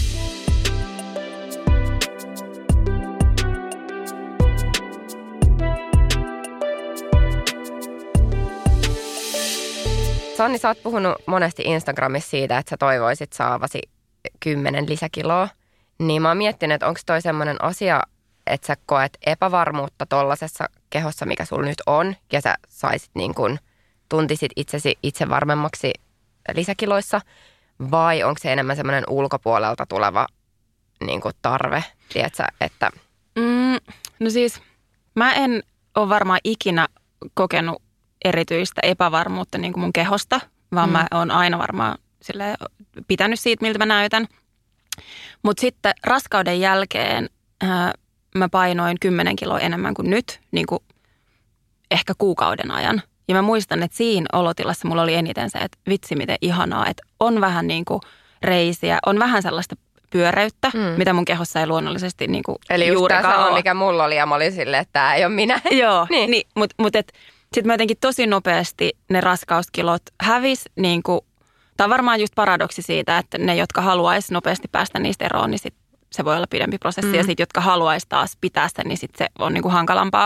Sanni, sä oot puhunut monesti Instagramissa siitä, että sä toivoisit saavasi kymmenen lisäkiloa. Niin mä oon miettinyt, että onko toi semmoinen asia, että sä koet epävarmuutta tollasessa kehossa, mikä sulla nyt on, ja sä saisit niin kuin, tuntisit itsesi itse varmemmaksi lisäkiloissa, vai onko se enemmän semmoinen ulkopuolelta tuleva niin kuin tarve, tiedätkö, että... Mm, no siis, mä en ole varmaan ikinä kokenut erityistä epävarmuutta niin kuin mun kehosta, vaan mm. mä oon aina varmaan silleen, pitänyt siitä, miltä mä näytän. Mutta sitten raskauden jälkeen ää, mä painoin kymmenen kiloa enemmän kuin nyt, niin kuin ehkä kuukauden ajan. Ja mä muistan, että siinä olotilassa mulla oli eniten se, että vitsi miten ihanaa, että on vähän niin kuin reisiä, on vähän sellaista pyöreyttä, mm. mitä mun kehossa ei luonnollisesti niin kuin eli just tämä sama, mikä mulla oli, ja mä olin silleen, että tämä ei ole minä. Joo, niin. niin, mutta mut sitten mä jotenkin tosi nopeasti ne raskauskilot hävis, niin kuin, tämä on varmaan just paradoksi siitä, että ne, jotka haluaisi nopeasti päästä niistä eroon, niin sit se voi olla pidempi prosessi, mm. ja sitten, jotka haluaisi taas pitää sitä, niin sitten se on niin kuin hankalampaa.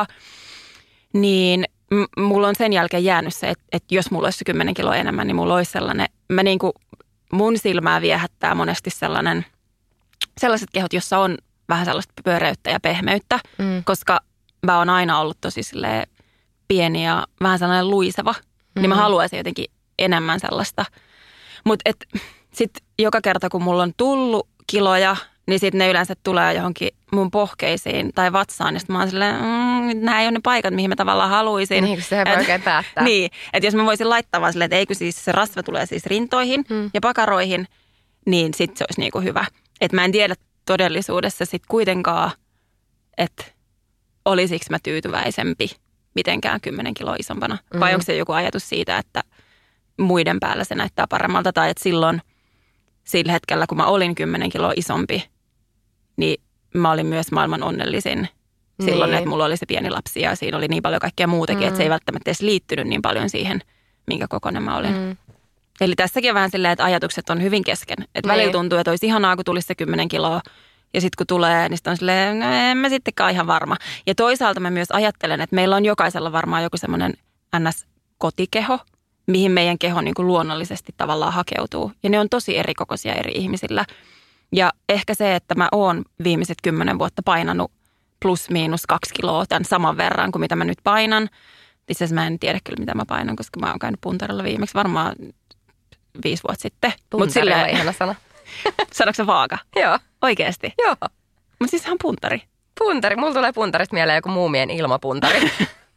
Niin m- mulla on sen jälkeen jäänyt se, että, että jos mulla olisi kymmenen kiloa enemmän, niin mulla olisi sellainen, mä niin kuin, mun silmää viehättää monesti sellainen, sellaiset kehot, jossa on vähän sellaista pyöreyttä ja pehmeyttä, mm. koska mä oon aina ollut tosi silleen pieni ja vähän sellainen luiseva, mm. niin mä haluaisin jotenkin enemmän sellaista. Mutta sitten joka kerta, kun mulla on tullut kiloja, niin sitten ne yleensä tulee johonkin mun pohkeisiin tai vatsaan, niin sitten mä oon silleen, mmm, nämä ei ole ne paikat, mihin mä tavallaan haluaisin. Niin, kun se ei voi oikein päättää. Niin, että jos mä voisin laittaa vaan silleen, että eikö siis se rasva tulee siis rintoihin mm. ja pakaroihin, niin sitten se olisi niinku hyvä. Että mä en tiedä todellisuudessa sitten kuitenkaan, että olisiko mä tyytyväisempi mitenkään kymmenen kiloa isompana. Mm. Vai onko se joku ajatus siitä, että muiden päällä se näyttää paremmalta, tai että silloin sillä hetkellä, kun mä olin kymmenen kiloa isompi, niin mä olin myös maailman onnellisin silloin, niin. Että mulla oli se pieni lapsi ja siinä oli niin paljon kaikkea muutakin, mm. että se ei välttämättä edes liittynyt niin paljon siihen, minkä kokoinen mä olin. Mm. Eli tässäkin on vähän silleen, että ajatukset on hyvin kesken. Että välillä tuntuu, että olisi ihanaa, kun tulisi se kymmenen kiloa. Ja sitten kun tulee, niin sitten on silleen, no en mä sittenkään ihan varma. Ja toisaalta mä myös ajattelen, että meillä on jokaisella varmaan joku semmoinen ns-kotikeho, mihin meidän keho niin kuin luonnollisesti tavallaan hakeutuu. Ja ne on tosi erikokoisia eri ihmisillä. Ja ehkä se, että mä oon viimeiset kymmenen vuotta painanut plus miinus kaksi kiloa tämän saman verran kuin mitä mä nyt painan. Itse asiassa mä en tiedä kyllä, mitä mä painan, koska mä oon käynyt puntarilla viimeksi varmaan viisi vuotta sitten. Puntari on ihana sana. Sanoiko se vaaka? Joo. Oikeesti? Joo. Mutta siis ihan puntari. Puntari. Mulla tulee puntarista mieleen joku muumien ilmapuntari.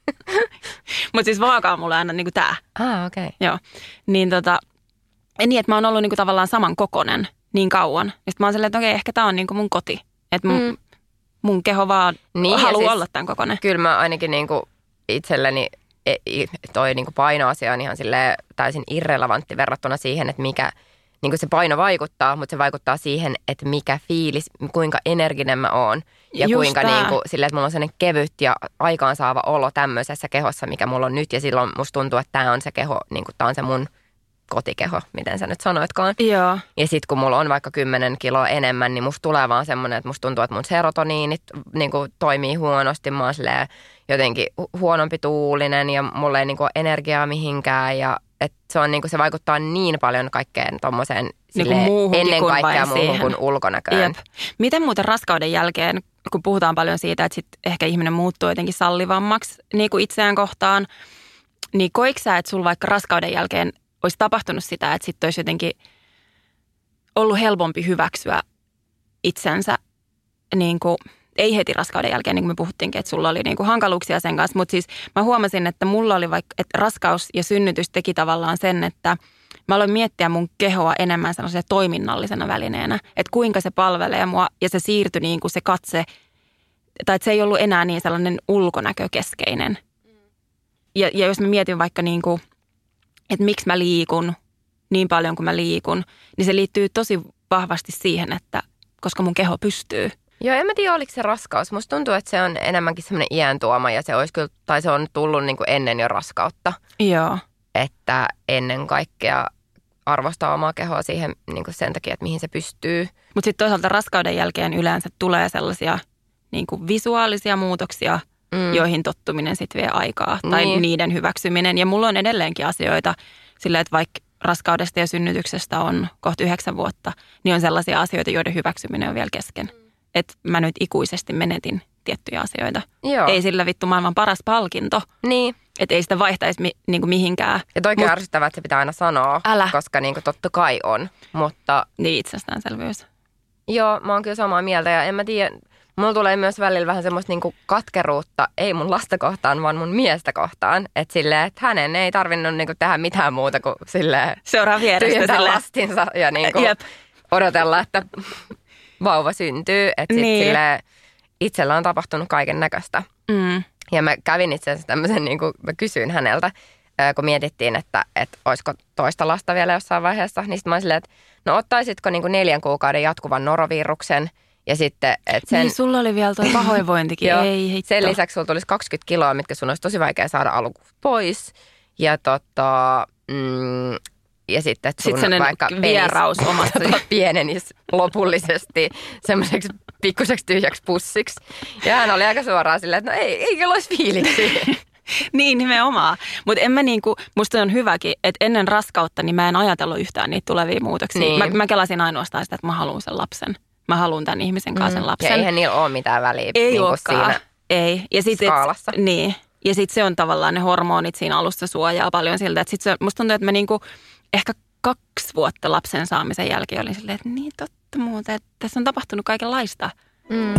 Mutta siis vaaka on mulle aina niinku tää. Ah, okei. Okay. Joo. Niin tota, niin että mä oon ollut niinku tavallaan saman kokonen niin kauan. Ja sit mä oon silleen, että okei, ehkä tää on niinku mun koti. Että mun, mm. mun keho vaan niin, haluaa siis olla tämän kokonen. Kyllä mä ainakin niinku itselleni toi niinku painoasia on ihan silleen täysin irrelevantti verrattuna siihen, että mikä niinku se paino vaikuttaa, mutta se vaikuttaa siihen, että mikä fiilis, kuinka energinen mä oon. Ja just kuinka niinku, silleen, että mulla on sellainen kevyt ja aikaansaava olo tämmöisessä kehossa, mikä mulla on nyt. Ja silloin musta tuntuu, että tää on se keho, niinku tää on se mun kotikeho, miten sä nyt sanoitkaan. Joo. Ja sit kun mulla on vaikka kymmenen kiloa enemmän, niin musta tulee vaan semmoinen, että musta tuntuu, että mun serotoniinit niinku toimii huonosti. Mä oon silleen jotenkin huonompi tuulinen ja mulla ei niinku ole energiaa mihinkään. Ja et se, on, niinku, se vaikuttaa niin paljon kaikkeen tommoseen niin ennen kaikkea muuhun kuin ulkonäköön. Jep. Miten muuten raskauden jälkeen, kun puhutaan paljon siitä, että sit ehkä ihminen muuttuu jotenkin sallivammaksi niin kuin itseään kohtaan, niin koitko sä, että sulla vaikka raskauden jälkeen olisi tapahtunut sitä, että sitten olisi jotenkin ollut helpompi hyväksyä itsensä, niin kuin, ei heti raskauden jälkeen, niin kuin me puhuttiinkin, että sulla oli niin kuin hankaluuksia sen kanssa, mutta siis mä huomasin, että mulla oli vaikka, että raskaus ja synnytys teki tavallaan sen, että mä aloin miettiä mun kehoa enemmän sellaisena toiminnallisena välineenä, että kuinka se palvelee mua ja se siirtyi niin kuin se katse, tai että se ei ollut enää niin sellainen ulkonäkökeskeinen. Ja, ja jos mä mietin vaikka niin kuin, että miksi mä liikun niin paljon kuin mä liikun, niin se liittyy tosi vahvasti siihen, että koska mun keho pystyy. Joo, en mä tiedä, oliko se raskaus. Musta tuntuu, että se on enemmänkin semmoinen iän tuoma ja se olisi kyllä, tai se on tullut niin kuin ennen jo raskautta. Joo. Että ennen kaikkea arvostaa omaa kehoa siihen niin kuin sen takia, että mihin se pystyy. Mutta sitten toisaalta raskauden jälkeen yleensä tulee sellaisia niin kuin visuaalisia muutoksia, mm. joihin tottuminen sitten vie aikaa. Tai niin. niiden hyväksyminen. Ja mulla on edelleenkin asioita silleen, että vaikka raskaudesta ja synnytyksestä on kohta yhdeksän vuotta, niin on sellaisia asioita, joiden hyväksyminen on vielä kesken. Mm. Että mä nyt ikuisesti menetin tiettyjä asioita. Joo. Ei sillä vittu maailman paras palkinto. Niin. Että ei sitä vaihtaisi mi, niinku mihinkään. Ja toikin Mut, ärsyttävää, että se pitää aina sanoa, älä. koska niinku totta kai on. Mutta niin itsestäänselvyys. Joo, mä oon kyllä samaa mieltä ja en mä tiedä. Mulla tulee myös välillä vähän semmoista niinku katkeruutta, ei mun lasta kohtaan, vaan mun miestä kohtaan. Että silleen, että hänen ei tarvinnut niinku tehdä mitään muuta kuin silleen seuraa vierestä tyhjentää lastinsa ja niinku odotella, että vauva syntyy. Että sit niin. silleen, itsellä on tapahtunut kaiken näköistä. Mm. Ja mä kävin itse asiassa tämmöisen, niin kuin mä kysyin häneltä, kun mietittiin, että, että olisiko toista lasta vielä jossain vaiheessa. Niin sitten mä olin silleen, että no ottaisitko niin kuin neljän kuukauden jatkuvan noroviruksen. Ja sitten, että sen... Niin, sulla oli vielä toi pahoinvointikin, Joo, ei hitto. Sen lisäksi sulla tulisi kaksikymmentä kiloa, mitkä sun olisi tosi vaikea saada alkuun pois. Ja tota... Mm, ja sitten, että sun sitten vaikka vieraus omasta pienenisi lopullisesti semmoiseksi pikkuseksi tyhjäksi pussiksi. Ja hän oli aika suoraan silleen, että no ei, ei kyllä olisi fiiliksi. Niin, nimenomaan. Mutta en mä niinku, musta on hyväkin, että ennen raskautta niin mä en ajatellut yhtään niitä tulevia muutoksia. Niin. Mä, mä kelasin ainoastaan sitä, että mä haluan sen lapsen. Mä haluan tämän ihmisen kanssa sen lapsen. Ja eihän niillä ole mitään väliä ei niin siinä ei. Ja sit, skaalassa. Et, niin. Ja sitten se on tavallaan ne hormonit siinä alussa suojaa paljon siltä. Että sit se, musta tuntuu, että mä niinku ehkä kaksi vuotta lapsen saamisen jälkeen olin silleen, että niin totta muuten, että tässä on tapahtunut kaikenlaista. Mm.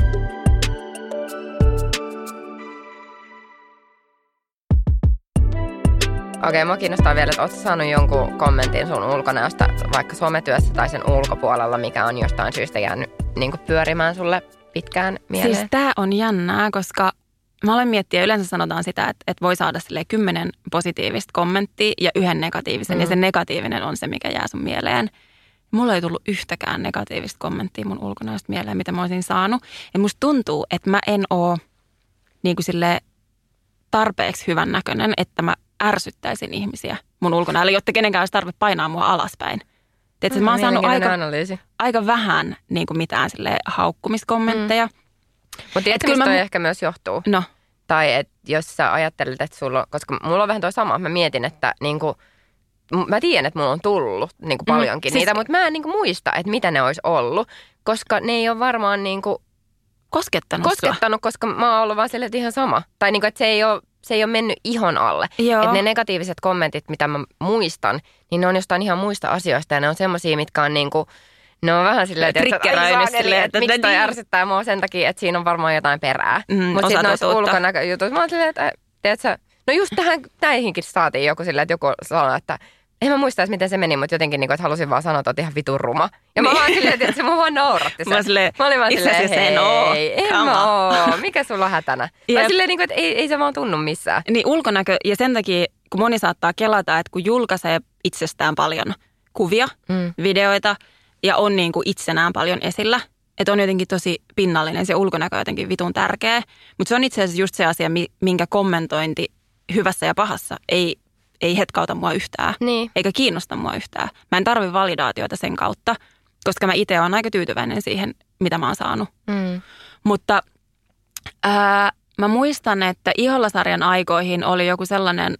Okei, mua kiinnostaa vielä, että ootko saanut jonkun kommentin sun ulkonäöstä vaikka sometyössä tai sen ulkopuolella, mikä on jostain syystä jäänyt niin kuin pyörimään sulle pitkään mieleen? Siis tää on jännää, koska mä olen miettiä, yleensä sanotaan sitä, että, että voi saada silleen kymmenen positiivista kommenttia ja yhden negatiivisen. Mm. Ja se negatiivinen on se, mikä jää sun mieleen. Mulla ei tullut yhtäkään negatiivista kommenttia mun ulkonäöstä mieleen, mitä mä olisin saanut. Ja musta tuntuu, että mä en oo niin kuin silleen tarpeeksi hyvän näköinen, että mä ärsyttäisin ihmisiä mun ulkonäöllä, jotta kenenkään olisi tarve painaa mua alaspäin. Tiedätkö, mm, mä oon saanut aika, aika vähän niin kuin mitään silleen haukkumiskommentteja. Mm. Mutta tiedätkö, mistä toi mä... ehkä myös johtuu? No. Tai että jos sä ajattelet, että sulla on, koska mulla on vähän toi sama, mä mietin, että niinku, mä tiedän, että mulla on tullut niinku paljonkin mm, siis... niitä, mutta mä en niinku muista, että mitä ne olisi ollut, koska ne ei ole varmaan niinku koskettanut, koskettanut koska mä oon ollut vaan sille, että ihan sama. Tai niinku, että se ei ole, se ei ole mennyt ihon alle. Että ne negatiiviset kommentit, mitä mä muistan, niin ne on jostain ihan muista asioista ja ne on semmosia, mitkä on niinku, ne on vähän silleen, että, että, että, että miksi toi ärsyttää mua sen takia, että siinä on varmaan jotain perää. Mm, mutta sitten noissa ulkonäköjutuissa, mä oon silleen, että tiedätkö, no just tähän, näihinkin saatiin joku silleen, että joku sanoi, että en mä muista miten se meni, mutta jotenkin niin, että halusin vaan sanoa, että oot ihan vitun ruma. Ja mä vaan silleen, että se mua vaan nauratti sen. Mä, silleen, mä olin vaan silleen, hei, en mä oo, mikä sulla on hätänä? Mä silleen, niin kuin, että ei, ei se vaan tunnu missään. Niin ulkonäkö, ja sen takia, kun moni saattaa kelata, että kun julkaisee itsestään paljon kuvia, mm. videoita, ja on niin kuin itsenään paljon esillä, että on jotenkin tosi pinnallinen, se ulkonäkö on jotenkin vitun tärkeä. Mutta se on itse asiassa just se asia, minkä kommentointi hyvässä ja pahassa ei, ei hetkauta mua yhtään, niin. Eikä kiinnosta mua yhtään. Mä en tarvi validaatioita sen kautta, koska mä itse olen aika tyytyväinen siihen, mitä mä oon saanut. Mm. Mutta ää, mä muistan, että Iholla-sarjan aikoihin oli joku sellainen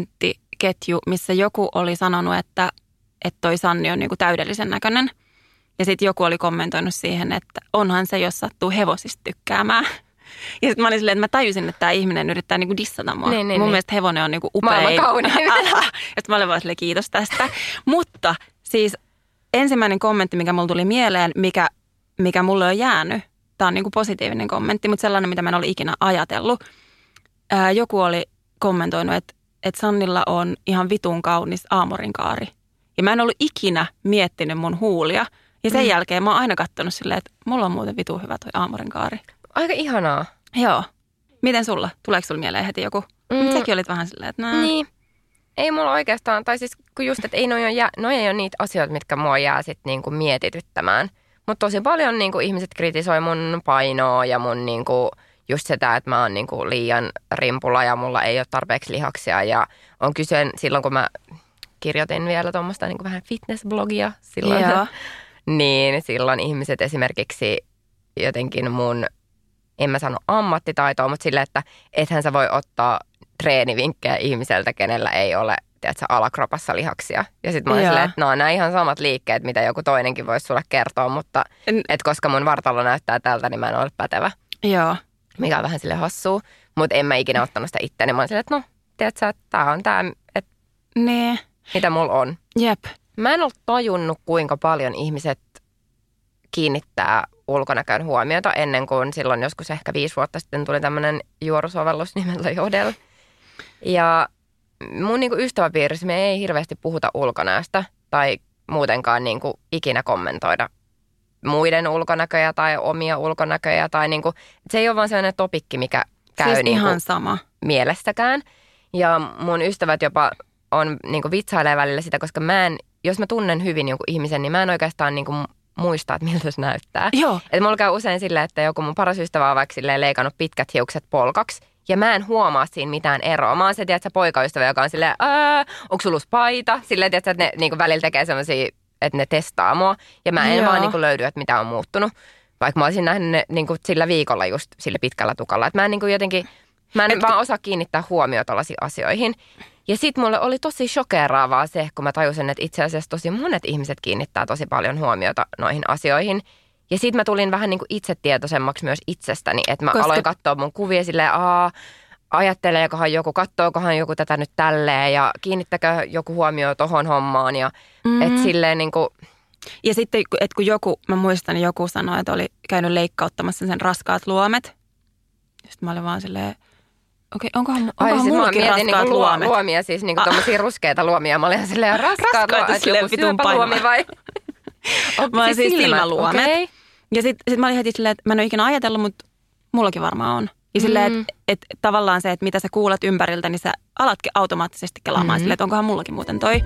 kommenttiketju, missä joku oli sanonut, että, että toi Sanni on niin kuin täydellisen näköinen. Ja sitten joku oli kommentoinut siihen, että onhan se, jos sattuu hevosista tykkäämään. Ja sitten mä olin silleen, että mä tajusin, että tämä ihminen yrittää niinku dissata mua. Niin, niin, Mun niin. mielestä hevonen on niinku upea. Maailman kaunein. Ja sitten mä olin vaan silleen, kiitos tästä. Mutta siis ensimmäinen kommentti, mikä mulle tuli mieleen, mikä, mikä mulle on jäänyt, tämä on niinku positiivinen kommentti, mutta sellainen, mitä mä en ole ikinä ajatellut. Ää, joku oli kommentoinut, että, että Sannilla on ihan vitun kaunis aamorinkaari. Ja mä en ollut ikinä miettinyt mun huulia. Ja sen mm. jälkeen mä oon aina katsonut silleen, että mulla on muuten vitun hyvä toi aamorinkaari. Aika ihanaa. Joo. Miten sulla? Tuleeko sulla mieleen heti joku? Mm. Mutta säkin olit vähän silleen, että nää. Niin. Ei mulla oikeastaan, tai siis kun just, että ei noi, jää, noi ei ole niitä asioita, mitkä mua jää sitten niinku mietityttämään. Mutta tosi paljon niinku ihmiset kritisoi mun painoa ja mun niinku just sitä, että mä oon niinku liian rimpulla ja mulla ei ole tarpeeksi lihaksia. Ja on kyse silloin, kun mä kirjoitin vielä tuommoista niinku vähän fitnessblogia silloin. Joo. Niin silloin ihmiset esimerkiksi jotenkin mun, en mä sano ammattitaitoa, mutta sille, että ethän sä voi ottaa treenivinkkejä ihmiseltä, kenellä ei ole, tiedätkö, alakropassa lihaksia. Ja sit mä olin silleen, että no nämä ihan samat liikkeet, mitä joku toinenkin voisi sulle kertoa, mutta et koska mun vartalo näyttää tältä, niin mä en ole pätevä. Joo. Mikä on vähän sille hassua, mutta en mä ikinä ottanut sitä itseäni. Mä olin silleen, että no, tiedätkö, että tää on tää, että nee. Mitä mulla on. Jep. Mä en ole tajunnut, kuinka paljon ihmiset kiinnittää ulkonäköön huomiota ennen kuin silloin joskus ehkä viisi vuotta sitten tuli tämmöinen juorusovellus nimellä Jodel. Ja mun niinku ystäväpiirissä me ei hirveästi puhuta ulkonäöstä tai muutenkaan niinku ikinä kommentoida muiden ulkonäköjä tai omia ulkonäköjä. Tai niinku, se ei ole vaan sellainen topikki, mikä käy siis niinku ihan sama. Mielestäkään. Ja mun ystävät jopa on niinku vitsailee välillä sitä, koska mä en, jos mä tunnen hyvin jonkun ihmisen, niin mä en oikeastaan niinku muistaa, että miltä se näyttää. Joo. Et mulla käy usein silleen, että joku mun paras ystävä on vaikka silleen leikannut pitkät hiukset polkaksi, ja mä en huomaa siinä mitään eroa. Mä oon se, tiedätkö, poikaystävä, joka on silleen, ää, onko sulla uusi paita? Silleen, tiedätkö, että ne niinku välillä tekee semmosia, että ne testaa mua, ja mä en Joo. vaan niinku löydy, että mitä on muuttunut. Vaikka mä olisin nähnyt ne niinku sillä viikolla just sillä pitkällä tukalla. Että mä en niinku jotenkin, mä en Et... vaan osaa kiinnittää huomioon tollaisiin asioihin. Ja sit mulle oli tosi shokeraavaa se, kun mä tajusin, että itse asiassa tosi monet ihmiset kiinnittää tosi paljon huomiota noihin asioihin. Ja sit mä tulin vähän niin kuin itsetietoisemmaksi myös itsestäni, että mä Koska... aloin katsoa mun kuvia silleen, aa, ajatteleekohan joku, kattookohan joku tätä nyt tälleen ja kiinnittäkö joku huomioon tohon hommaan. Ja mm-hmm. että silleen niin kuin... Ja sitten, että kun joku, mä muistan, joku sanoi, että oli käynyt leikkauttamassa sen raskaat luomet. Sitten mä olin vaan silleen... Okei, onkohan, onkohan Ai, siis mullakin mä raskaat niinku luomet? luomia, siis niinku tommosia ruskeita luomia. Mä olin silleen raskaat luomet, että joku syöpäluomi vai? Mä olin siis silmäluomet. Okay. Ja sit, sit mä olin heti silleen, että mä en ole ikinä ajatellut, mutta mullakin varmaan on. Ja silleen, mm. että et, tavallaan se, että mitä sä kuulet ympäriltä, niin sä alatkin automaattisesti kelaamaan mm-hmm. silleen, että onkohan mullakin muuten toi.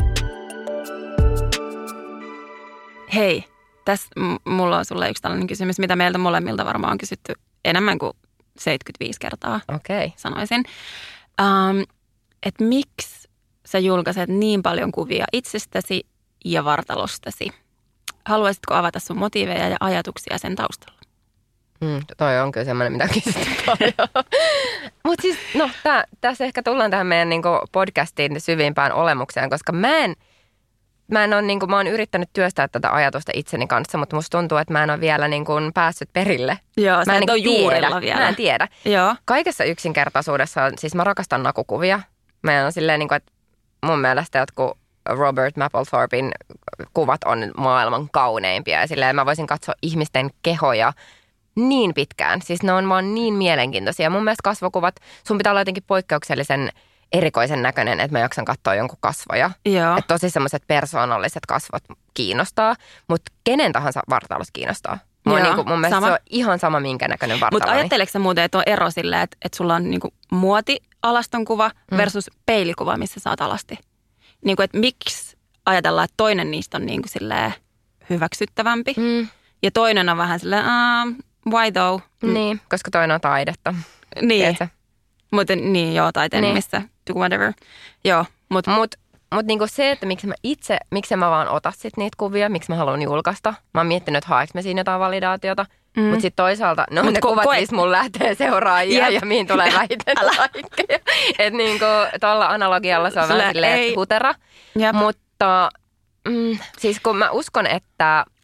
Hei, tässä m- mulla on sulle yksi tällainen kysymys, mitä meiltä molemmilta varmaan on kysytty enemmän kuin seitsemänkymmentäviisi kertaa, okay. sanoisin. Um, että miksi sä julkaiset niin paljon kuvia itsestäsi ja vartalostasi? Haluaisitko avata sun motiiveja ja ajatuksia sen taustalla? Mm, toi on kyllä semmoinen, mitä on kysytty paljon. Mutta siis, no, tää, tässä ehkä tullaan tähän meidän niinku podcastin syvimpään olemukseen, koska mä en, mä en ole, niinku, mä oon yrittänyt työstää tätä ajatusta itseni kanssa, mutta musta tuntuu, että mä en ole vielä niinku päässyt perille. Joo, mä en niinku tiedä. Juurella vielä. Mä en tiedä. Joo. Kaikessa yksinkertaisuudessa, siis mä rakastan nakukuvia. Mä on silleen, niinku, että mun mielestä jotkut Robert Mapplethorpen kuvat on maailman kauneimpia. Ja silleen mä voisin katsoa ihmisten kehoja niin pitkään. Siis ne on vaan niin mielenkiintoisia. Mun mielestä kasvokuvat, sun pitää olla jotenkin poikkeuksellisen erikoisen näköinen, että mä jaksan katsoa jonkun kasvoja. Joo. Että tosi semmoiset persoonalliset kasvot kiinnostaa, mutta kenen tahansa vartalus kiinnostaa. Mun, Joo, niinku, mun mielestä sama. se on ihan sama, minkä näköinen vartalo. Mutta ajatteleeko sä muuten, että on ero silleen, että, että sulla on niinku muoti-alaston kuva versus mm. peilikuva, missä sä oot alasti? Niinku, että miksi ajatellaan, että toinen niistä on niinku silleen hyväksyttävämpi mm. ja toinen on vähän silleen, uh, why though? Mm. Niin, koska toinen on taidetta. Niin, mutta niin joo, taiteen niin. nimissä, do whatever. Joo, mutta mut, mut niinku se, että miksi mä itse, miksi mä vaan ota sit niitä kuvia, miksi mä haluan julkaista. Mä oon miettinyt, että haeks mä siinä jotain validaatiota. Mm. Mutta sitten toisaalta, no Mut ne ko- kuvat, koet... missä mun lähtee seuraajia yep. ja mihin tulee vähiten laikkeja. Että niinku tuolla analogialla se on vähän silleen hutera. Yep. Mutta mm, siis kun mä uskon, että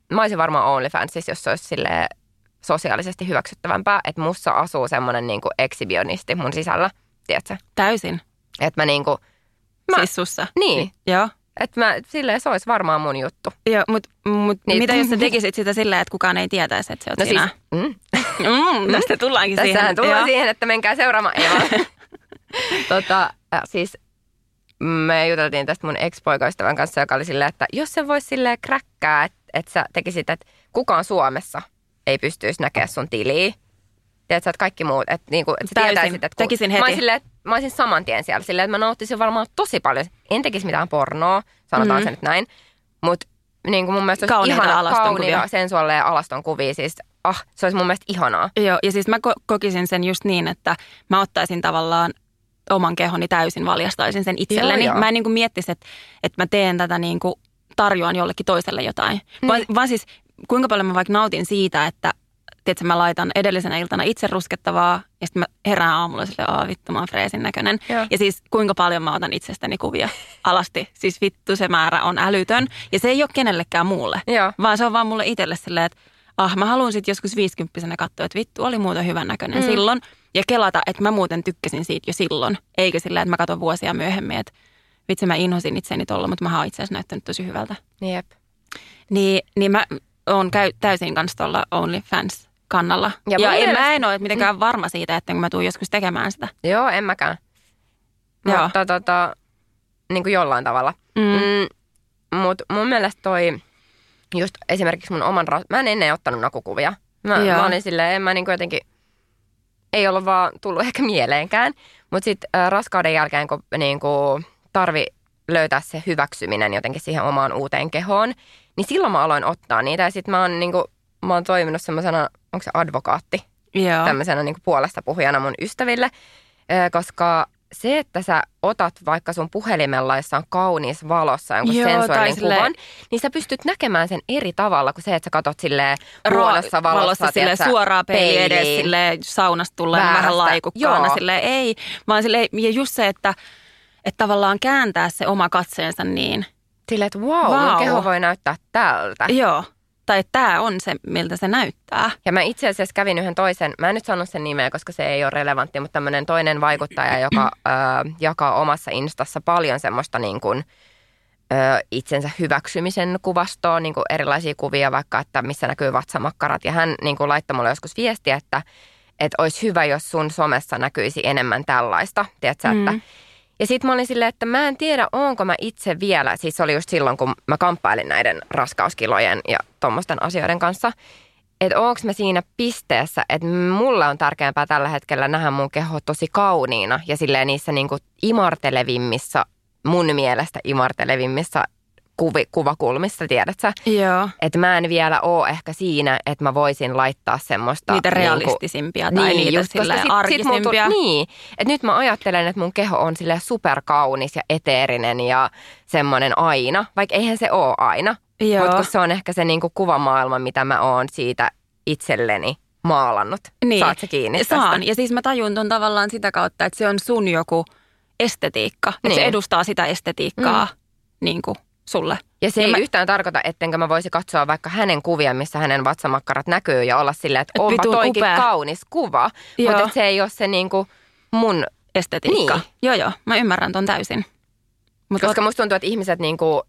mä olisin varmaan OnlyFansissa, jos se olisi silleen sosiaalisesti hyväksyttävämpää, että mussa asuu semmoinen niinku exhibionisti mun sisällä, tiedätkö? Täysin. Että mä niinku... Mä, siis sussa? Niin. Joo. Että mä, silleen se olisi varmaan mun juttu. Joo, mutta mut niin. Mitä jos sä tekisit sitä silleen, että kukaan ei tietäisi, että se oot no sinä? Siis, mm. mm, tästä tullaankin Tässähän siihen. Tässähän tullaan Joo. siihen, että menkää seuraamaan. Ei vaan. tota, äh, siis me juteltiin tästä mun ex-poikaystävän kanssa, joka oli silleen, että jos se voisi silleen kräkkää, että et sä tekisit, että kukaan Suomessa ei pystyisi näkemään sun tiliä. Tiedätkö, että kaikki muut, että, niinku, että sä tietäisit, että kun, tekisin heti. Mä olisin, silleen, mä olisin saman tien siellä silleen, että mä nauttisin varmaan tosi paljon. En tekisi mitään pornoa, sanotaan mm. se nyt näin. Mutta niin mun mielestä olisi ihana kauniita sensuaaleja alaston kuvia. Siis, ah, se olisi mun mielestä ihanaa. Joo, ja siis mä ko- kokisin sen just niin, että mä ottaisin tavallaan oman kehoni täysin, valjastaisin sen itselleni. Joo, joo. Mä en niin kuin miettisi, että, että mä teen tätä niin kuin tarjoan jollekin toiselle jotain. Mm. Vaan, vaan siis kuinka paljon mä vaikka nautin siitä, että tiedätkö, mä laitan edellisenä iltana itse ruskettavaa ja sitten mä herään aamulla silleen, aah vittu, mä oon freesin näköinen. Joo. Ja siis kuinka paljon mä otan itsestäni kuvia alasti. Siis vittu, se määrä on älytön. Ja se ei ole kenellekään muulle, Joo. vaan se on vaan mulle itselle silleen, että ah, mä haluan sitten joskus viisikymppisenä katsoa, että vittu, oli muuten hyvän näköinen mm. silloin. Ja kelata, että mä muuten tykkäsin siitä jo silloin. Eikä silleen, että mä katson vuosia myöhemmin, että vitsi, mä inhosin itseni tolla, mutta mä oon itse asiassa näyttänyt tosi hyvältä. Jep. Niin, niin mä oon käy, täysin kanssa tuolla OnlyFans kannalla. Ja, ja en, mä en ole mitenkään mm. varma siitä, että kun mä tuun joskus tekemään sitä. Joo, en mäkään. Joo. Mutta tota, niin kuin jollain tavalla. Mm. Mm, mutta mun mielestä toi, just esimerkiksi mun oman, mä en ennen ottanut nakukuvia. Mä, mä olin silleen, en mä niin kuin jotenkin, ei ollut vaan tullut ehkä mieleenkään. Mutta sitten äh, raskauden jälkeen, kun niin kuin tarvi löytää se hyväksyminen jotenkin siihen omaan uuteen kehoon, niin silloin mä aloin ottaa niitä. Ja sitten mä oon niin kuin, mä oon toiminut semmoisena, onko se advokaatti? Joo. Tämmöisenä niin kuin puolesta puhujana mun ystäville, koska se, että sä otat vaikka sun puhelimella jossain kauniissa valossa jonkun Joo, sensuaalinen sille... kuvan, niin sä pystyt näkemään sen eri tavalla kuin se, että sä katot silleen ruonossa valossa. Valossa silleen suoraan peili edes, silleen saunasta tulleen vähän laikukkaana, silleen ei. Vaan silleen, ja just se, että, että tavallaan kääntää se oma katseensa niin. Silleen, että wow, wow, mun keho voi näyttää tältä. Joo. Tai tämä on se, miltä se näyttää. Ja mä itse asiassa kävin yhden toisen, mä en nyt sano sen nimeä, koska se ei ole relevantti, mutta tämmöinen toinen vaikuttaja, joka ö, jakaa omassa Instassa paljon semmoista niin kuin, ö, itsensä hyväksymisen kuvastoa, niin kuin erilaisia kuvia vaikka, että missä näkyy vatsamakkarat. Ja hän niin kuin laittoi mulle joskus viestiä, että, että olisi hyvä, jos sun somessa näkyisi enemmän tällaista, tiedätkö, mm. että ja sitten mä olin silleen, että mä en tiedä, onko mä itse vielä, siis se oli just silloin, kun mä kamppailin näiden raskauskilojen ja tommosten asioiden kanssa, että onko mä siinä pisteessä, että mulle on tärkeämpää tällä hetkellä nähdä mun keho tosi kauniina ja silleen niissä niinku imartelevimmissa, mun mielestä imartelevimmissa kuvi, kuvakulmissa, tiedätkö? Joo. Että mä en vielä ole ehkä siinä, että mä voisin laittaa semmoista niitä realistisimpia niin, tai niin, niitä silleen sit, arkisimpia. Sit niin, että nyt mä ajattelen, että mun keho on silleen superkaunis ja eteerinen ja semmoinen aina, vaikka eihän se ole aina. Mutta se on ehkä se niinku kuvamaailma, mitä mä oon siitä itselleni maalannut. Niin. Saat sä kiinni tästä? Saan. Ja siis mä tajun ton tavallaan sitä kautta, että se on sun joku estetiikka. Että niin. se edustaa sitä estetiikkaa mm. niin kuin sulle. Ja se ja ei mä... yhtään tarkoita, ettenkö mä voisi katsoa vaikka hänen kuvia, missä hänen vatsamakkarat näkyy ja olla silleen, että onpa toikin upea. Kaunis kuva. Mutta se ei ole se niinku mun estetiikka. Niin. Joo, joo. Mä ymmärrän ton täysin. Mut Koska ot... musta tuntuu, että ihmiset niinku,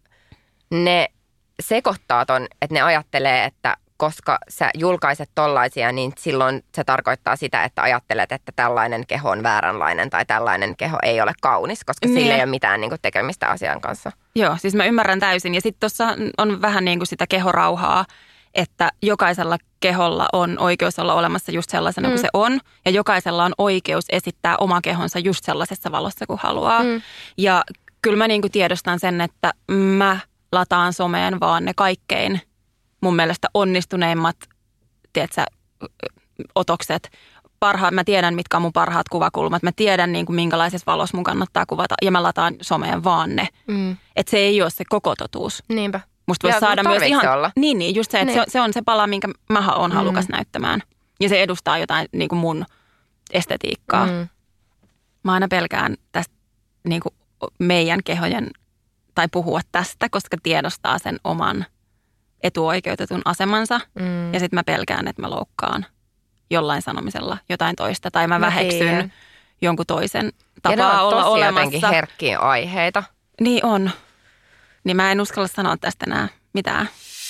ne sekoittaa ton, että ne ajattelee, että koska sä julkaiset tollaisia, niin silloin se tarkoittaa sitä, että ajattelet, että tällainen keho on vääränlainen tai tällainen keho ei ole kaunis, koska niin. sillä ei ole mitään niin kuin, tekemistä asian kanssa. Joo, siis mä ymmärrän täysin. Ja sitten tuossa on vähän niin kuin sitä kehorauhaa, että jokaisella keholla on oikeus olla olemassa just sellaisena mm. kuin se on. Ja jokaisella on oikeus esittää oma kehonsa just sellaisessa valossa kuin haluaa. Mm. Ja kyllä mä niin kuin tiedostan sen, että mä lataan someen vaan ne kaikkein mun mielestä onnistuneimmat, tiedätkö, otokset. Parhaat, mä tiedän, mitkä on mun parhaat kuvakulmat. Mä tiedän, niin kuin, minkälaisessa valossa mun kannattaa kuvata. Ja mä lataan someen vaan ne. Mm. Että se ei ole se koko totuus. Niinpä. Musta voisi saada myös ihan... olla. Niin, niin, just se, että niin. se, se on se pala, minkä mä oon halukas mm. näyttämään. Ja se edustaa jotain niin kuin mun estetiikkaa. Mm. Mä aina pelkään tästä niin kuin meidän kehojen, tai puhua tästä, koska tiedostaa sen oman etuoikeutetun asemansa Mm. ja sitten mä pelkään, että mä loukkaan jollain sanomisella jotain toista tai mä, Mä väheksyn tiedän. jonkun toisen Ja ne tapaa on olla tosi olemassa. jotenkin herkkiä aiheita. Niin on. Niin mä en uskalla sanoa tästä enää mitään.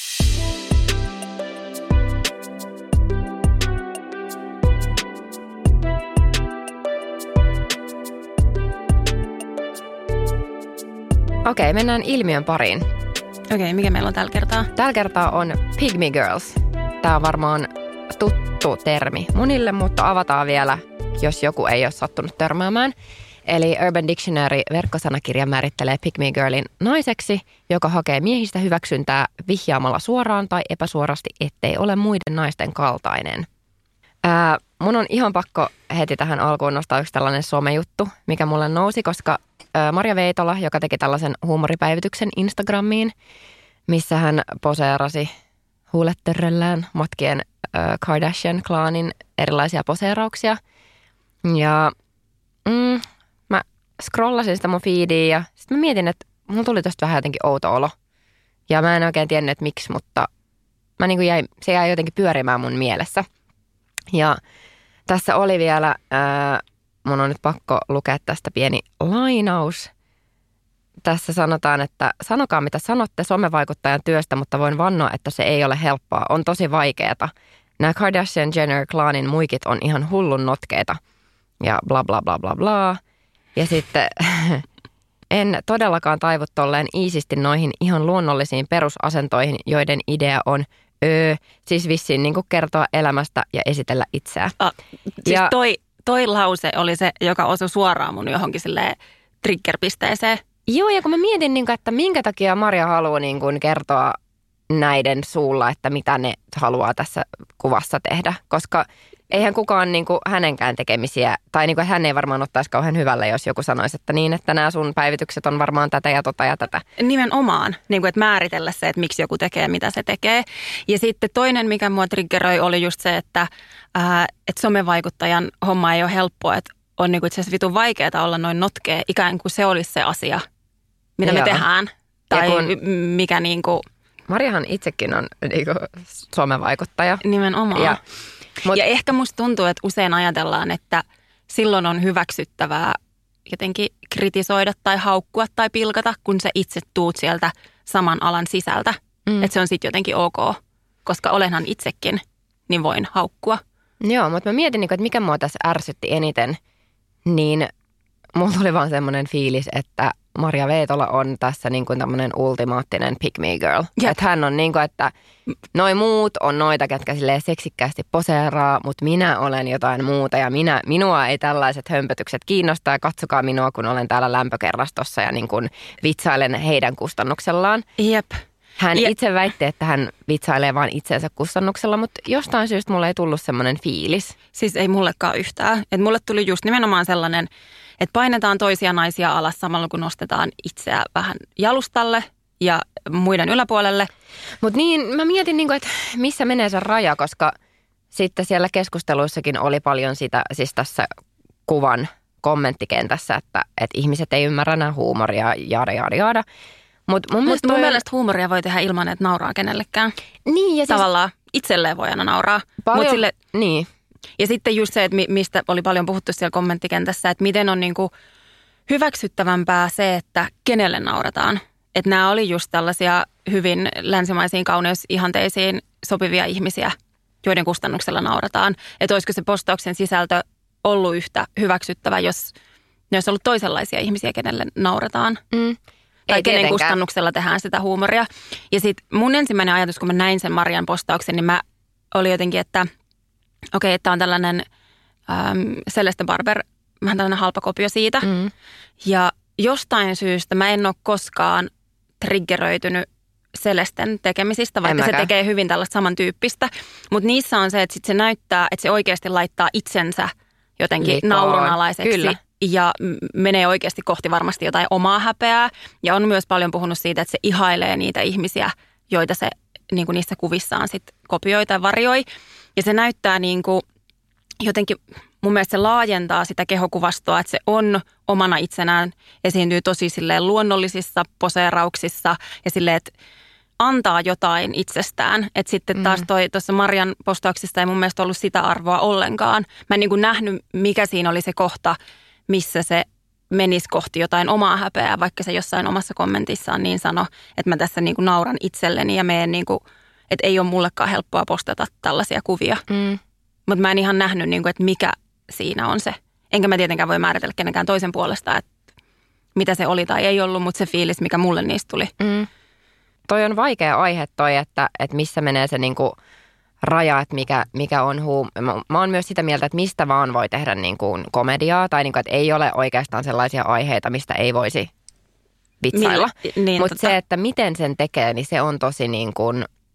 Okei, mennään ilmiön pariin. Okei, mikä meillä on tällä kertaa? Tällä kertaa on Pygmy Girls. Tämä on varmaan tuttu termi monille, mutta avataan vielä, jos joku ei ole sattunut törmäämään. Eli Urban Dictionary-verkkosanakirja määrittelee Pygmy Girlin naiseksi, joka hakee miehistä hyväksyntää vihjaamalla suoraan tai epäsuorasti, ettei ole muiden naisten kaltainen. Ää, mun on ihan pakko heti tähän alkuun nostaa yksi tällainen somejuttu, mikä mulle nousi, koska ää, Marja Veitola, joka teki tällaisen huumoripäivityksen Instagramiin, missä hän poseerasi huulettörrellään matkien ää, Kardashian-klaanin erilaisia poseerauksia. Ja mm, mä scrollasin sitä mun feediä ja sitten mä mietin, että mulla tuli tosta vähän jotenkin outo olo. Ja mä en oikein tiennyt, että miksi, mutta mä niin kuin jäi, se jäi jotenkin pyörimään mun mielessä. Ja tässä oli vielä, ää, mun on nyt pakko lukea tästä pieni lainaus. Tässä sanotaan, että sanokaa mitä sanotte somevaikuttajan työstä, mutta voin vannoa, että se ei ole helppoa. On tosi vaikeeta. Nämä Kardashian-Jenner-klaanin muikit on ihan hullun notkeita. Ja bla bla bla bla bla. Ja sitten en todellakaan taivu tolleen iisisti noihin ihan luonnollisiin perusasentoihin, joiden idea on öö, siis vissiin niin kuin kertoa elämästä ja esitellä itseään. Ah, siis ja, toi, toi lause oli se, joka osui suoraan mun johonkin silleen trigger-pisteeseen. Joo, ja kun mä mietin, niin kuin, että minkä takia Marja haluaa niin kuin kertoa näiden suulla, että mitä ne haluaa tässä kuvassa tehdä, koska eihän kukaan niin kuin hänenkään tekemisiä, tai niin kuin hän ei varmaan ottaisi kauhean hyvälle, jos joku sanoisi, että niin, että nämä sun päivitykset on varmaan tätä ja tota ja tätä. Nimenomaan, niin kuin, että määritellä se, että miksi joku tekee, mitä se tekee. Ja sitten toinen, mikä mua triggeröi, oli just se, että, ää, että somevaikuttajan homma ei ole helppoa, että on niin kuin itse asiassa vitun vaikeaa olla noin notkea, ikään kuin se olisi se asia, mitä Joo. me tehdään. Tai kun mikä niin kuin... Marjahan itsekin on niin kuin somevaikuttaja. Nimenomaan. Ja, mut, ja ehkä musta tuntuu, että usein ajatellaan, että silloin on hyväksyttävää jotenkin kritisoida tai haukkua tai pilkata, kun sä itse tuut sieltä saman alan sisältä. Mm. Että se on sitten jotenkin ok, koska olenhan itsekin, niin voin haukkua. Joo, mutta mä mietin, että mikä mua tässä ärsytti eniten, niin mulla tuli vaan semmoinen fiilis, että Marja Veitola on tässä niin kuin tämmöinen ultimaattinen pick-me girl. Että hän on niin kuin, että noi muut on noita, ketkä silleen seksikkäästi poseeraa, mutta minä olen jotain muuta ja minä, minua ei tällaiset hömpötykset kiinnosta ja katsokaa minua, kun olen täällä lämpökerrastossa ja niin kuin vitsailen heidän kustannuksellaan. Jep. Hän Jep. itse väitti, että hän vitsailee vain itsensä kustannuksella, mutta jostain syystä mulle ei tullut semmoinen fiilis. Siis ei mullekaan yhtään. Et mulle tuli just nimenomaan sellainen, että painetaan toisia naisia alas samalla kun nostetaan itseä vähän jalustalle ja muiden yläpuolelle. Mutta niin, mä mietin, niinku, että missä menee se raja, koska sitten siellä keskusteluissakin oli paljon sitä, siis tässä kuvan kommenttikentässä, että, että ihmiset ei ymmärrä enää huumoria, jaada, jaada, jaada. Mutta mun, Mut mielestä, mun toi... mielestä huumoria voi tehdä ilman, että nauraa kenellekään. Niin, ja siis Tavallaan itselleen voi aina nauraa. paljon, Mut sille... niin. Ja sitten just se, että mistä oli paljon puhuttu siellä kommenttikentässä, että miten on niinku hyväksyttävämpää se, että kenelle naurataan. Että nämä oli just tällaisia hyvin länsimaisiin kauneusihanteisiin sopivia ihmisiä, joiden kustannuksella naurataan. Että olisiko se postauksen sisältö ollut yhtä hyväksyttävä, jos ne olisi ollut toisenlaisia ihmisiä, kenelle naurataan. Mm. Tai Ei kenen tietenkään. kustannuksella tehdään sitä huumoria. Ja sitten mun ensimmäinen ajatus, kun mä näin sen Marjan postauksen, niin mä oli jotenkin, että okei, okay, että on tällainen äm, Celeste Barber, vähän tällainen halpa kopio siitä. Mm. Ja jostain syystä mä en ole koskaan triggeröitynyt Celesten tekemisistä, vaikka se tekee hyvin tällaista samantyyppistä. Mutta niissä on se, että sit se näyttää, että se oikeasti laittaa itsensä jotenkin Likoon. naurunalaiseksi. Kyllä. Ja menee oikeasti kohti varmasti jotain omaa häpeää. Ja on myös paljon puhunut siitä, että se ihailee niitä ihmisiä, joita se niin kuin niissä kuvissaan sit kopioi tai varjoi. Ja se näyttää niin kuin jotenkin, mun mielestä se laajentaa sitä kehokuvastoa, että se on omana itsenään, esiintyy tosi silleen luonnollisissa poseerauksissa ja silleen, että antaa jotain itsestään. Että sitten taas toi tuossa Marian postauksessa ei mun mielestä ollut sitä arvoa ollenkaan. Mä en niin kuin nähnyt, mikä siinä oli se kohta, missä se menisi kohti jotain omaa häpeää, vaikka se jossain omassa kommentissaan niin sano, että mä tässä niin kuin nauran itselleni ja meen niin kuin, että ei ole mullekaan helppoa postata tällaisia kuvia. Mm. Mutta mä en ihan nähnyt, niin kuin, että mikä siinä on se. Enkä mä tietenkään voi määritellä kenenkään toisen puolesta, että mitä se oli tai ei ollut, mutta se fiilis, mikä mulle niistä tuli. Mm. Toi on vaikea aihe toi, että, että missä menee se niinku raja, että mikä, mikä on huum... Mä, mä oon myös sitä mieltä, että mistä vaan voi tehdä niinku komediaa, tai niinku, että ei ole oikeastaan sellaisia aiheita, mistä ei voisi vitsailla. Niin, mutta tota... se, että miten sen tekee, niin se on tosi niinku,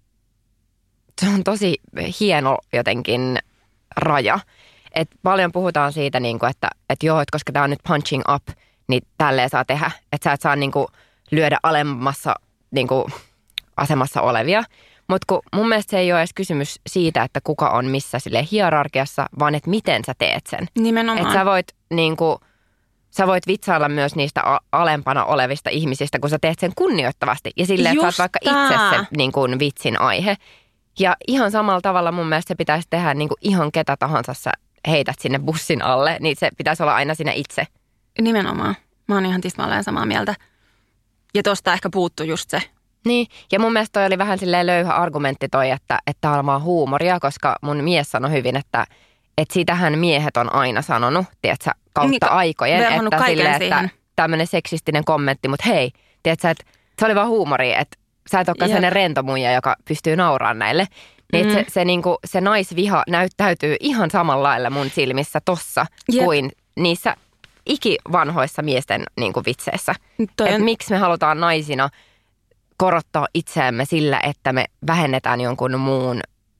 se on tosi hieno jotenkin raja. Et paljon puhutaan siitä, niinku, että et joo, että koska tää on nyt punching up, niin tälleen saa tehdä. Että sä et saa niinku lyödä alemmassa niinku asemassa olevia. Mutta mun mielestä se ei ole edes kysymys siitä, että kuka on missä sille hierarkiassa, vaan että miten sä teet sen. Nimenomaan. Että sä voit, niinku, sä voit vitsailla myös niistä a- alempana olevista ihmisistä, kun sä teet sen kunnioittavasti. Ja silleen, että sä oot vaikka itse se niinku, vitsin aihe. Ja ihan samalla tavalla mun mielestä se pitäisi tehdä niinku, ihan ketä tahansa sä heität sinne bussin alle, niin se pitäisi olla aina sinä itse. Nimenomaan. Mä oon ihan tismalleen samaa mieltä. Ja tosta ehkä puuttuu just se. Niin, ja mun mielestä toi oli vähän silleen löyhä argumentti toi, että että tää on vaan huumoria, koska mun mies sanoi hyvin, että että siitähän miehet on aina sanonut, tiedätkö, kautta niin, aikojen, että silleen, että tämmönen seksistinen kommentti, mutta hei, tiedätkö, että se oli vaan huumori, että sä et olekaan sellainen rentomuija, joka pystyy nauraamaan näille. Niin, mm. se, se, niinku, se naisviha näyttäytyy ihan samalla lailla mun silmissä tossa Jep. kuin niissä ikivanhoissa miesten niinku, vitseissä. Että miksi me halutaan naisina korottaa itseämme sillä, että me vähennetään jonkun muun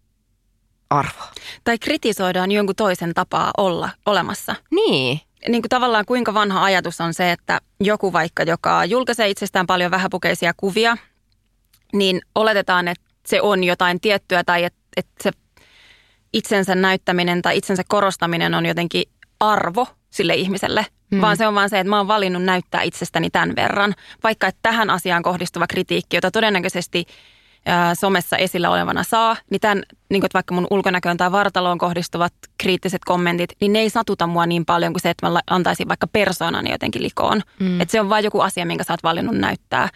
arvoa. Tai kritisoidaan jonkun toisen tapaa olla olemassa. Niin. Niin kuin tavallaan kuinka vanha ajatus on se, että joku vaikka, joka julkaisee itsestään paljon vähäpukeisia kuvia, niin oletetaan, että se on jotain tiettyä tai että, että se itsensä näyttäminen tai itsensä korostaminen on jotenkin arvo sille ihmiselle. Hmm. Vaan se on vaan se, että mä oon valinnut näyttää itsestäni tämän verran. Vaikka että tähän asiaan kohdistuva kritiikki, jota todennäköisesti ää, somessa esillä olevana saa, niin tämän, niin kuin, että vaikka mun ulkonäköön tai vartaloon kohdistuvat kriittiset kommentit, niin ne ei satuta mua niin paljon kuin se, että mä antaisin vaikka persoonani jotenkin likoon. Hmm. Että se on vain joku asia, minkä sä oot valinnut näyttää.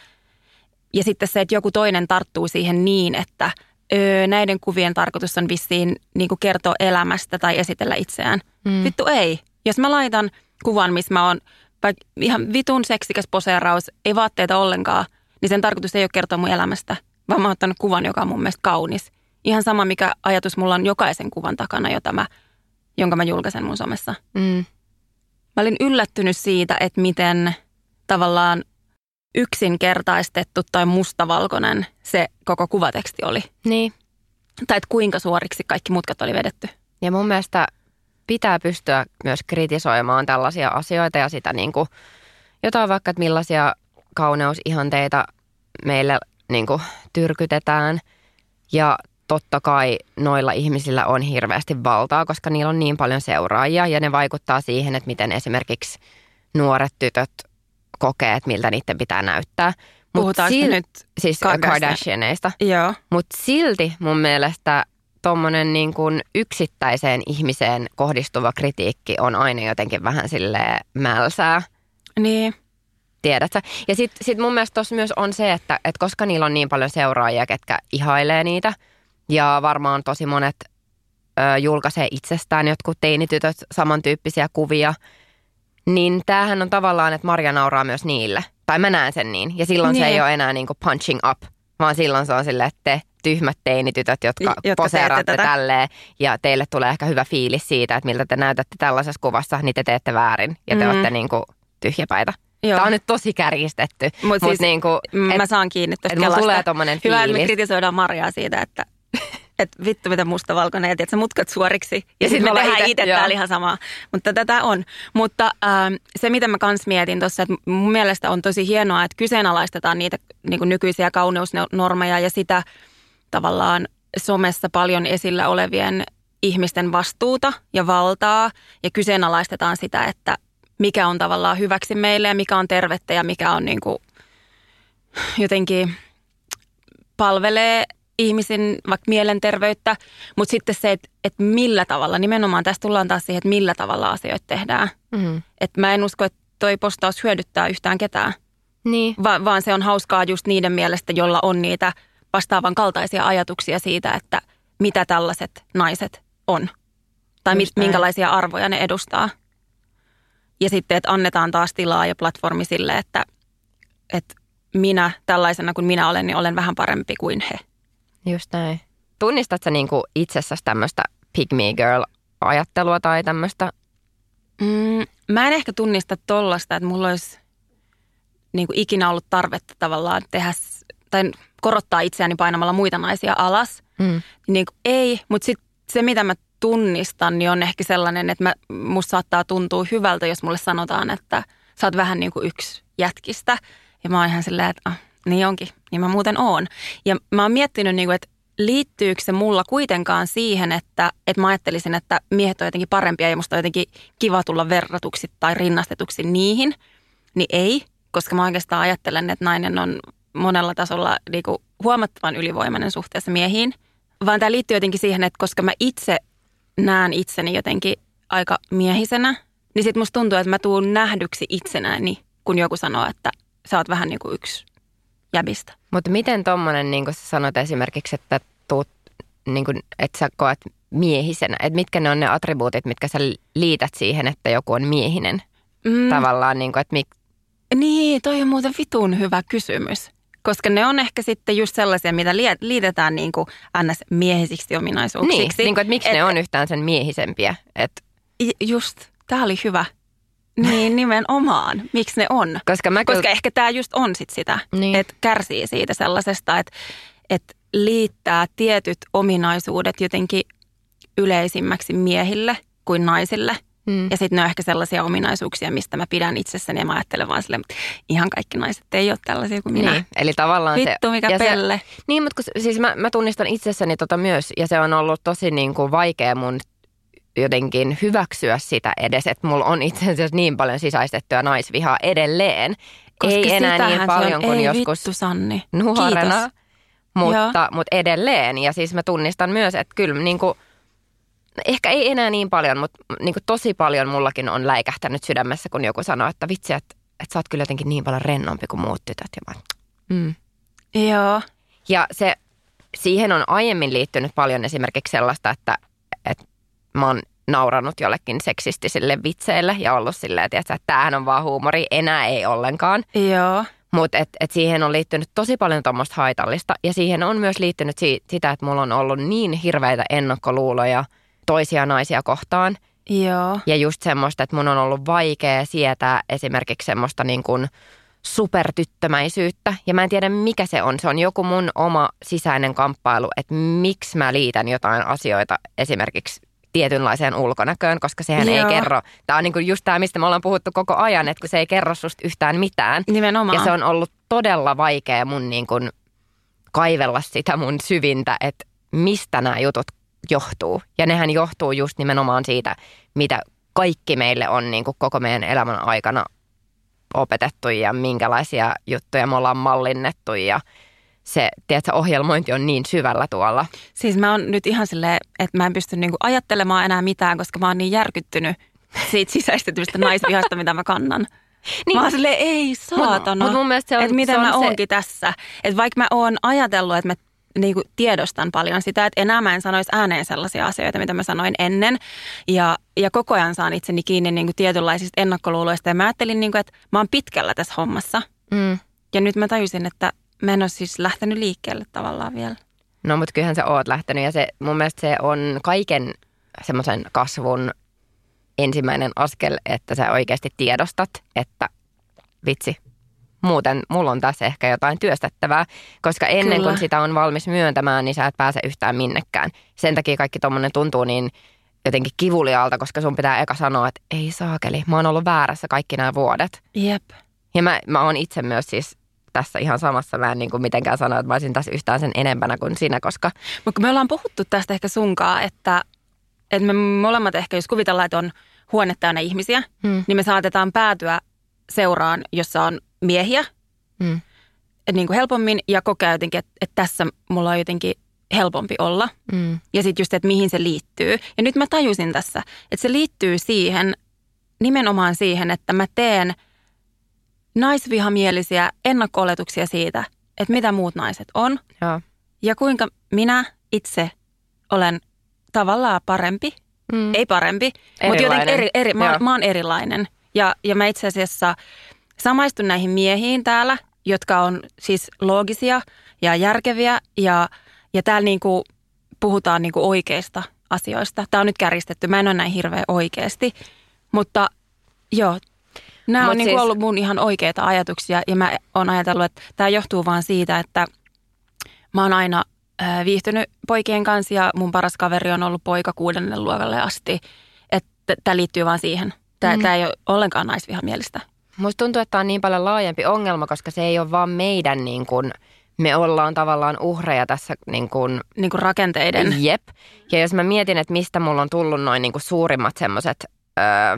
Ja sitten se, että joku toinen tarttuu siihen niin, että öö, näiden kuvien tarkoitus on vissiin niin kuin kertoa elämästä tai esitellä itseään. Hmm. Vittu ei. Jos mä laitan kuvan, missä mä oon vaikka ihan vitun seksikäs poseeraus, ei vaatteita ollenkaan, niin sen tarkoitus ei ole kertoa mun elämästä, vaan mä oon ottanut kuvan, joka on mun mielestä kaunis. Ihan sama, mikä ajatus mulla on jokaisen kuvan takana, jota mä, jonka mä julkaisen mun somessa. Mm. Mä olin yllättynyt siitä, että miten tavallaan yksinkertaistettu tai mustavalkoinen se koko kuvateksti oli. Niin. Tai että kuinka suoriksi kaikki mutkat oli vedetty. Ja mun mielestä pitää pystyä myös kritisoimaan tällaisia asioita ja sitä niin kuin, jotain vaikka, että millaisia kauneusihanteita meille niin kuin, tyrkytetään. Ja totta kai noilla ihmisillä on hirveästi valtaa, koska niillä on niin paljon seuraajia ja ne vaikuttaa siihen, että miten esimerkiksi nuoret tytöt kokee, että miltä niiden pitää näyttää. Puhutaanko sil- nyt siis Kardashianeista. Joo. Mutta silti mun mielestä tommonen niin kuin yksittäiseen ihmiseen kohdistuva kritiikki on aina jotenkin vähän silleen mälsää. Niin. Tiedätkö? Ja sit, sit mun mielestä tossa myös on se, että, että koska niillä on niin paljon seuraajia, ketkä ihailee niitä, ja varmaan tosi monet ö, julkaisee itsestään jotkut teinitytöt samantyyppisiä kuvia, niin tämähän on tavallaan, että Marja nauraa myös niille. Tai mä näen sen niin. Ja silloin niin. Se ei ole enää niin kuin punching up, vaan silloin se on silleen, että te tyhmät teinitytöt, jotka, jotka poseeraatte tälleen ja teille tulee ehkä hyvä fiilis siitä, että miltä te näytätte tällaisessa kuvassa, niin te teette väärin ja te mm. olette niin kuin tyhjäpäitä. Joo. Tämä on nyt tosi kärjistetty. Mutta Mut siis niin kuin, et, mä saan kiinni tästä kelasta. Tulee tommonen fiilis. Hyvä, että me kritisoidaan Marjaa siitä, että et vittu mitä mustavalkoinen, että sä mutkat suoriksi. Ja, ja sitten me tehdään itse täällä ihan samaa. Mutta tätä on. Mutta ähm, se, mitä mä kans mietin tuossa, että mun mielestä on tosi hienoa, että kyseenalaistetaan niitä niin kuin nykyisiä kauneusnormeja ja sitä tavallaan somessa paljon esillä olevien ihmisten vastuuta ja valtaa. Ja kyseenalaistetaan sitä, että mikä on tavallaan hyväksi meille ja mikä on tervettä ja mikä on niin kuin jotenkin palvelee ihmisen vaikka mielenterveyttä, mutta sitten se, että, että millä tavalla, nimenomaan tässä tullaan taas siihen, että millä tavalla asioita tehdään. Mm-hmm. Että mä en usko, että toi postaus hyödyttää yhtään ketään, niin. Va- vaan se on hauskaa just niiden mielestä, jolla on niitä vastaavan kaltaisia ajatuksia siitä, että mitä tällaiset naiset on tai mit, minkälaisia arvoja ne edustaa. Ja sitten, että annetaan taas tilaa ja platformi sille, että, että minä tällaisena kuin minä olen, niin olen vähän parempi kuin he. Just näin. Tunnistatko sä niinku itsessäsi tämmöistä pick me girl-ajattelua tai tämmöistä? Mm, mä en ehkä tunnista tollasta, että mulla olisi niinku ikinä ollut tarvetta tavallaan tehdä tai korottaa itseäni painamalla muita naisia alas. Mm. Niin ei, mutta sitten se, mitä mä tunnistan, niin on ehkä sellainen, että mä, musta saattaa tuntua hyvältä, jos mulle sanotaan, että sä oot vähän niin kuin yksi jätkistä. Ja mä oon ihan silleen, että ah, niin onkin, niin mä muuten oon. Ja mä oon miettinyt, niin kuin, että liittyykö se mulla kuitenkaan siihen, että, että mä ajattelisin, että miehet on jotenkin parempia ja musta on jotenkin kiva tulla verratuksi tai rinnastetuksi niihin. Niin ei, koska mä oikeastaan ajattelen, että nainen on monella tasolla niin kuin huomattavan ylivoimainen suhteessa miehiin. Vaan tämä liittyy jotenkin siihen, että koska mä itse näen itseni jotenkin aika miehisenä, niin sit musta tuntuu, että mä tuun nähdyksi itsenäni, kun joku sanoo, että sä oot vähän niin kuin yksi jäbistä. Mutta miten tommonen, niin kuin sä sanoit esimerkiksi, että tuut, niin kuin, että sä koet miehisenä, että mitkä ne on ne attribuutit, mitkä sä liität siihen, että joku on miehinen mm. tavallaan, niin kuin, että mik... Niin, toi on muuten vitun hyvä kysymys. Koska ne on ehkä sitten just sellaisia, mitä liitetään niin kuin ns-miehisiksi ominaisuuksiksi. Niin, niin kuin, että miksi et, ne on yhtään sen miehisempiä. Et... Just, tää oli hyvä. Niin, nimenomaan. Miksi ne on? Koska, mä Koska kyllä... ehkä tämä just on sit sitä, niin. Että kärsii siitä sellaisesta, että, että liittää tietyt ominaisuudet jotenkin yleisimmäksi miehille kuin naisille. Hmm. Ja sitten ne on ehkä sellaisia ominaisuuksia, mistä mä pidän itsessäni ja mä ajattelen vaan silleen, että ihan kaikki naiset ei ole tällaisia kuin minä. Niin, eli tavallaan Vittu, se... Vittu, mikä pelle. Se, niin, mutta kun, siis mä, mä tunnistan itsessäni tota myös ja se on ollut tosi niin kuin vaikea mun jotenkin hyväksyä sitä edes, että mulla on itse asiassa niin paljon sisäistettyä naisvihaa edelleen. Koska ei enää niin paljon kuin ei joskus vittu, Sanni. nuorena, mutta, mutta edelleen. Ja siis mä tunnistan myös, että kyllä niin kuin, ehkä ei enää niin paljon, mutta niin kuin tosi paljon mullakin on läikähtänyt sydämessä, kun joku sanoo, että vitsi, että, että sä oot kyllä jotenkin niin paljon rennompi kuin muut tytöt. Ja mä, mm. Joo. Ja se, siihen on aiemmin liittynyt paljon esimerkiksi sellaista, että, että mä oon nauranut jollekin seksistisille vitseille ja ollut silleen, että tämähän on vaan huumori, enää ei ollenkaan. Joo. Mutta et, et siihen on liittynyt tosi paljon tuommoista haitallista ja siihen on myös liittynyt si- sitä, että mulla on ollut niin hirveitä ennakkoluuloja toisia naisia kohtaan. Joo. Ja just semmoista, että mun on ollut vaikea sietää esimerkiksi semmoista niin kuin supertyttömäisyyttä. Ja mä en tiedä mikä se on. Se on joku mun oma sisäinen kamppailu, että miksi mä liitän jotain asioita esimerkiksi tietynlaiseen ulkonäköön, koska sehän Joo. ei kerro. Tämä on niin kuin just tämä, mistä me ollaan puhuttu koko ajan, että kun se ei kerro susta yhtään mitään. Nimenomaan. Ja se on ollut todella vaikea mun niin kuin kaivella sitä mun syvintä, että mistä nämä jutut johtuu. Ja nehän johtuu just nimenomaan siitä, mitä kaikki meille on niin kuin koko meidän elämän aikana opetettu ja minkälaisia juttuja me ollaan mallinnettu ja se, tiedätkö, ohjelmointi on niin syvällä tuolla. Siis mä oon nyt ihan silleen, että mä en pysty niinku ajattelemaan enää mitään, koska mä oon niin järkyttynyt siitä sisäistetystä naisvihasta, mitä mä kannan. Niin. Mä oon silleen, ei saatana, mut, mut mun mielestä se on, että miten se on mä se... oonkin tässä. Että vaikka mä oon ajatellut, että mä niinku tiedostan paljon sitä, että enää mä en sanoisi ääneen sellaisia asioita, mitä mä sanoin ennen. Ja, ja koko ajan saan itseni kiinni niinku tietynlaisista ennakkoluuloista. Ja mä ajattelin, niinku, että mä oon pitkällä tässä hommassa. Mm. Ja nyt mä tajusin, että mä en ole siis lähtenyt liikkeelle tavallaan vielä. No, mutta kyllähän sä oot lähtenyt ja se, mun mielestä se on kaiken semmoisen kasvun ensimmäinen askel, että sä oikeasti tiedostat, että vitsi, muuten mulla on tässä ehkä jotain työstettävää, koska ennen Kyllä. kuin sitä on valmis myöntämään, niin sä et pääse yhtään minnekään. Sen takia kaikki tommonen tuntuu niin jotenkin kivuliaalta, koska sun pitää eka sanoa, että ei saakeli, mä oon ollut väärässä kaikki nämä vuodet. Jep. Ja mä, mä oon itse myös siis tässä ihan samassa, mä en niin kuin mitenkään sano, että mä olisin tässä yhtään sen enempänä kuin sinä, koska... Mutta me ollaan puhuttu tästä ehkä sunkaan, että, että me molemmat ehkä, jos kuvitellaan, että on huone täynnä ihmisiä, hmm. niin me saatetaan päätyä seuraan, jossa on miehiä. Hmm. niin kuin helpommin ja kokea jotenkin, että, että tässä mulla on jotenkin helpompi olla. Mm. Ja sitten just, että mihin se liittyy. Ja nyt mä tajusin tässä, että se liittyy siihen, nimenomaan siihen, että mä teen naisvihamielisiä ennakko-oletuksia siitä, että mitä muut naiset on. Ja, ja kuinka minä itse olen tavallaan parempi. Mm. Ei parempi, mutta jotenkin eri, eri, mä, mä oon erilainen. Ja, ja mä itse asiassa samaistun näihin miehiin täällä, jotka on siis loogisia ja järkeviä. Ja, ja täällä niinku puhutaan niinku oikeista asioista. Tää on nyt kärjistetty, mä en ole näin hirveän oikeasti. Mutta joo, nämä Mut on siis niinku ollut mun ihan oikeita ajatuksia. Ja mä oon ajatellut, että tää johtuu vaan siitä, että mä oon aina viihtynyt poikien kanssa ja mun paras kaveri on ollut poika kuudennelle luokalle asti. Että tämä liittyy vaan siihen. Tämä mm. ei ole ollenkaan naisvihamielistä. Musta tuntuu, että tämä on niin paljon laajempi ongelma, koska se ei ole vaan meidän, niin kuin, me ollaan tavallaan uhreja tässä niin kuin, niin kuin rakenteiden. Jep. Ja jos mä mietin, että mistä mulla on tullut noin niin kuin suurimmat semmoiset öö,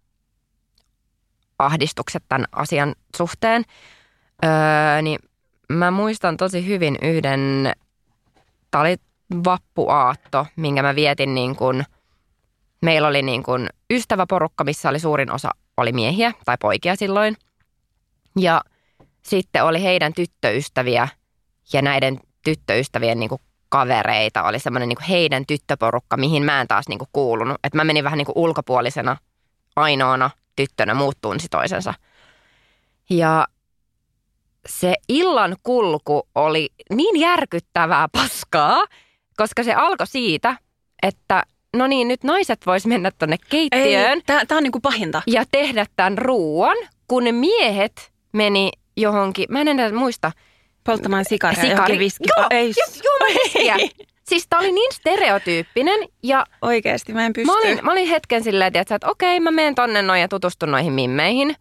ahdistukset tämän asian suhteen, öö, niin mä muistan tosi hyvin yhden. Tämä oli vappuaatto, minkä mä vietin niin kuin, meillä oli niin kuin ystäväporukka, missä oli suurin osa oli miehiä tai poikia silloin. Ja sitten oli heidän tyttöystäviä ja näiden tyttöystävien niin kuin kavereita. Oli semmoinen niin kuin heidän tyttöporukka, mihin mä en taas niin kuin kuulunut. Että mä menin vähän niin kuin ulkopuolisena ainoana tyttönä, muut tunsi toisensa. Ja se illan kulku oli niin järkyttävää paskaa, koska se alkoi siitä, että no niin, nyt naiset vois mennä tonne keittiöön. Ei, tää on niinku pahinta. Ja tehdä tämän ruuan, kun ne miehet meni johonkin, mä en enää muista. Polttamaan sikaria, Sikari. johonkin viski. Joo, ei. Joo, ei. Siis tää oli niin stereotyyppinen. Ja oikeesti, mä en pysty. Mä olin, mä olin hetken silleen, että, että okei, mä menen tonne noin ja tutustun noihin mimmeihin.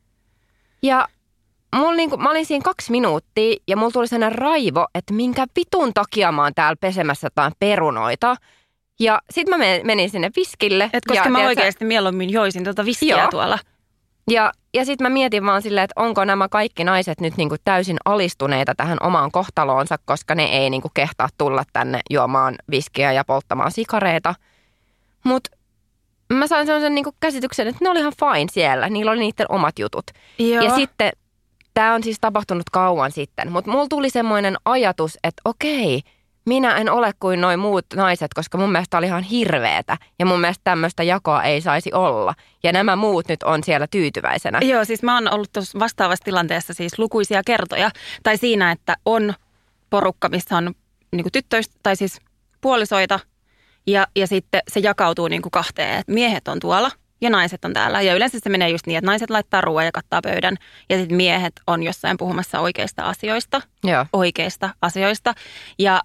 Ja mulla niinku, mä olin siinä kaksi minuuttia ja mulla tuli sellainen raivo, että minkä vitun takia mä oon täällä pesemässä jotain perunoita. Ja sit mä menin sinne viskille. Et koska ja, mä tiedätkö, oikeasti mieluummin joisin tuota viskiä joo. tuolla. Ja, ja sit mä mietin vaan silleen, että onko nämä kaikki naiset nyt niinku täysin alistuneita tähän omaan kohtaloonsa, koska ne ei niinku kehtaa tulla tänne juomaan viskiä ja polttamaan sikareita. Mut mä sain sellaisen niinku käsityksen, että ne oli ihan fine siellä. Niillä oli niiden omat jutut. Joo. Ja sitten, tää on siis tapahtunut kauan sitten, mutta mulla tuli semmoinen ajatus, että okei, minä en ole kuin noi muut naiset, koska mun mielestä oli ihan hirveetä. Ja mun mielestä tämmöistä jakoa ei saisi olla. Ja nämä muut nyt on siellä tyytyväisenä. Joo, siis mä oon ollut tuossa vastaavassa tilanteessa siis lukuisia kertoja. Tai siinä, että on porukka, missä on niinku tyttöistä, tai siis puolisoita. Ja, ja sitten se jakautuu niinku kahteen, että miehet on tuolla ja naiset on täällä. Ja yleensä se menee just niin, että naiset laittaa ruoan ja kattaa pöydän. Ja sitten miehet on jossain puhumassa oikeista asioista. Joo. Oikeista asioista. Ja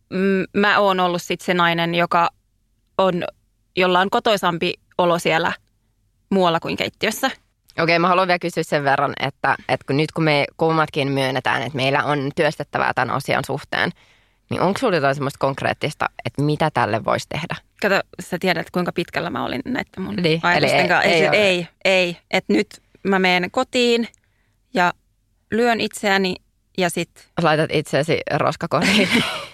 mä oon ollut sitten se nainen, joka on, jolla on kotoisampi olo siellä muualla kuin keittiössä. Okei, mä haluan vielä kysyä sen verran, että, että kun nyt kun me kummatkin myönnetään, että meillä on työstettävää tämän asian suhteen, niin onko sinulla jotain semmoista konkreettista, että mitä tälle voisi tehdä? Kato, sä tiedät, kuinka pitkällä mä olin näiden mun niin, ajatusten kanssa. Ei, ei, ei, ei. Että nyt mä menen kotiin ja lyön itseäni ja sit laitat itseäsi roskakoriin.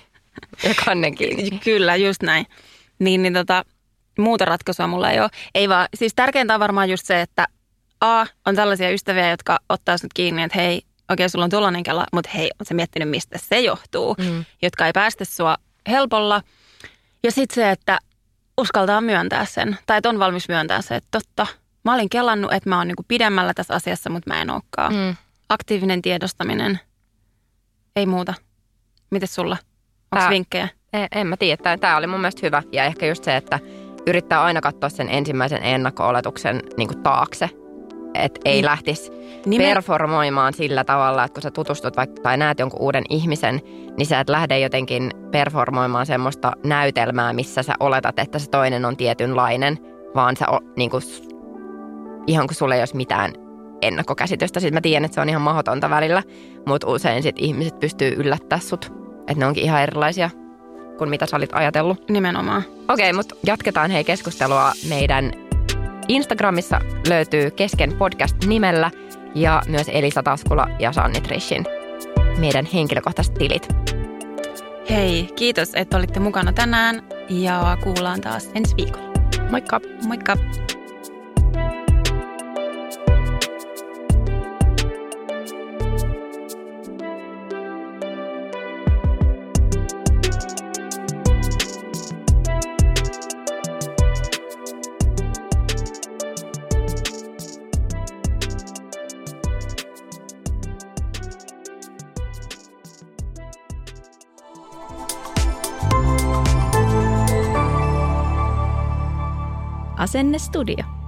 Ja kannen kiinni. Kyllä, just näin. Niin, niin tota, muuta ratkaisua mulla ei ole. Ei vaan, siis tärkeintä on varmaan just se, että A, on tällaisia ystäviä, jotka ottaa sinut kiinni, että hei, okei, sulla on tuollainen kela, mutta hei, on se miettinyt, mistä se johtuu, mm. jotka ei päästä sua helpolla. Ja sitten se, että uskaltaa myöntää sen, tai että on valmis myöntää se, että totta, mä olin kelannut, että mä oon niinku pidemmällä tässä asiassa, mutta mä en olekaan. Mm. Aktiivinen tiedostaminen, ei muuta. Mites sulla? Onko vinkkejä? En, en mä tiedä. Tämä oli mun mielestä hyvä. Ja ehkä just se, että yrittää aina katsoa sen ensimmäisen ennakko-oletuksen niin kuin taakse. Että ei niin. lähtisi Nimen... performoimaan sillä tavalla, että kun sä tutustut vaikka tai näet jonkun uuden ihmisen, niin sä et lähde jotenkin performoimaan semmoista näytelmää, missä sä oletat, että se toinen on tietynlainen, vaan sä niin kuin, ihan kuin sulla ei olisi mitään ennakkokäsitystä. Sitten mä tiedän, että se on ihan mahdotonta välillä, mutta usein sit ihmiset pystyy yllättää sut. Että ne onkin ihan erilaisia kuin mitä sä olit ajatellut. Nimenomaan. Okei, mutta jatketaan hei keskustelua. Meidän Instagramissa löytyy Kesken podcast nimellä ja myös Elisa Taskula ja Sanni Trishin. meidän henkilökohtaiset tilit. Hei, kiitos, että olitte mukana tänään ja kuullaan taas ensi viikolla. Moikka! Moikka! Asennestudio.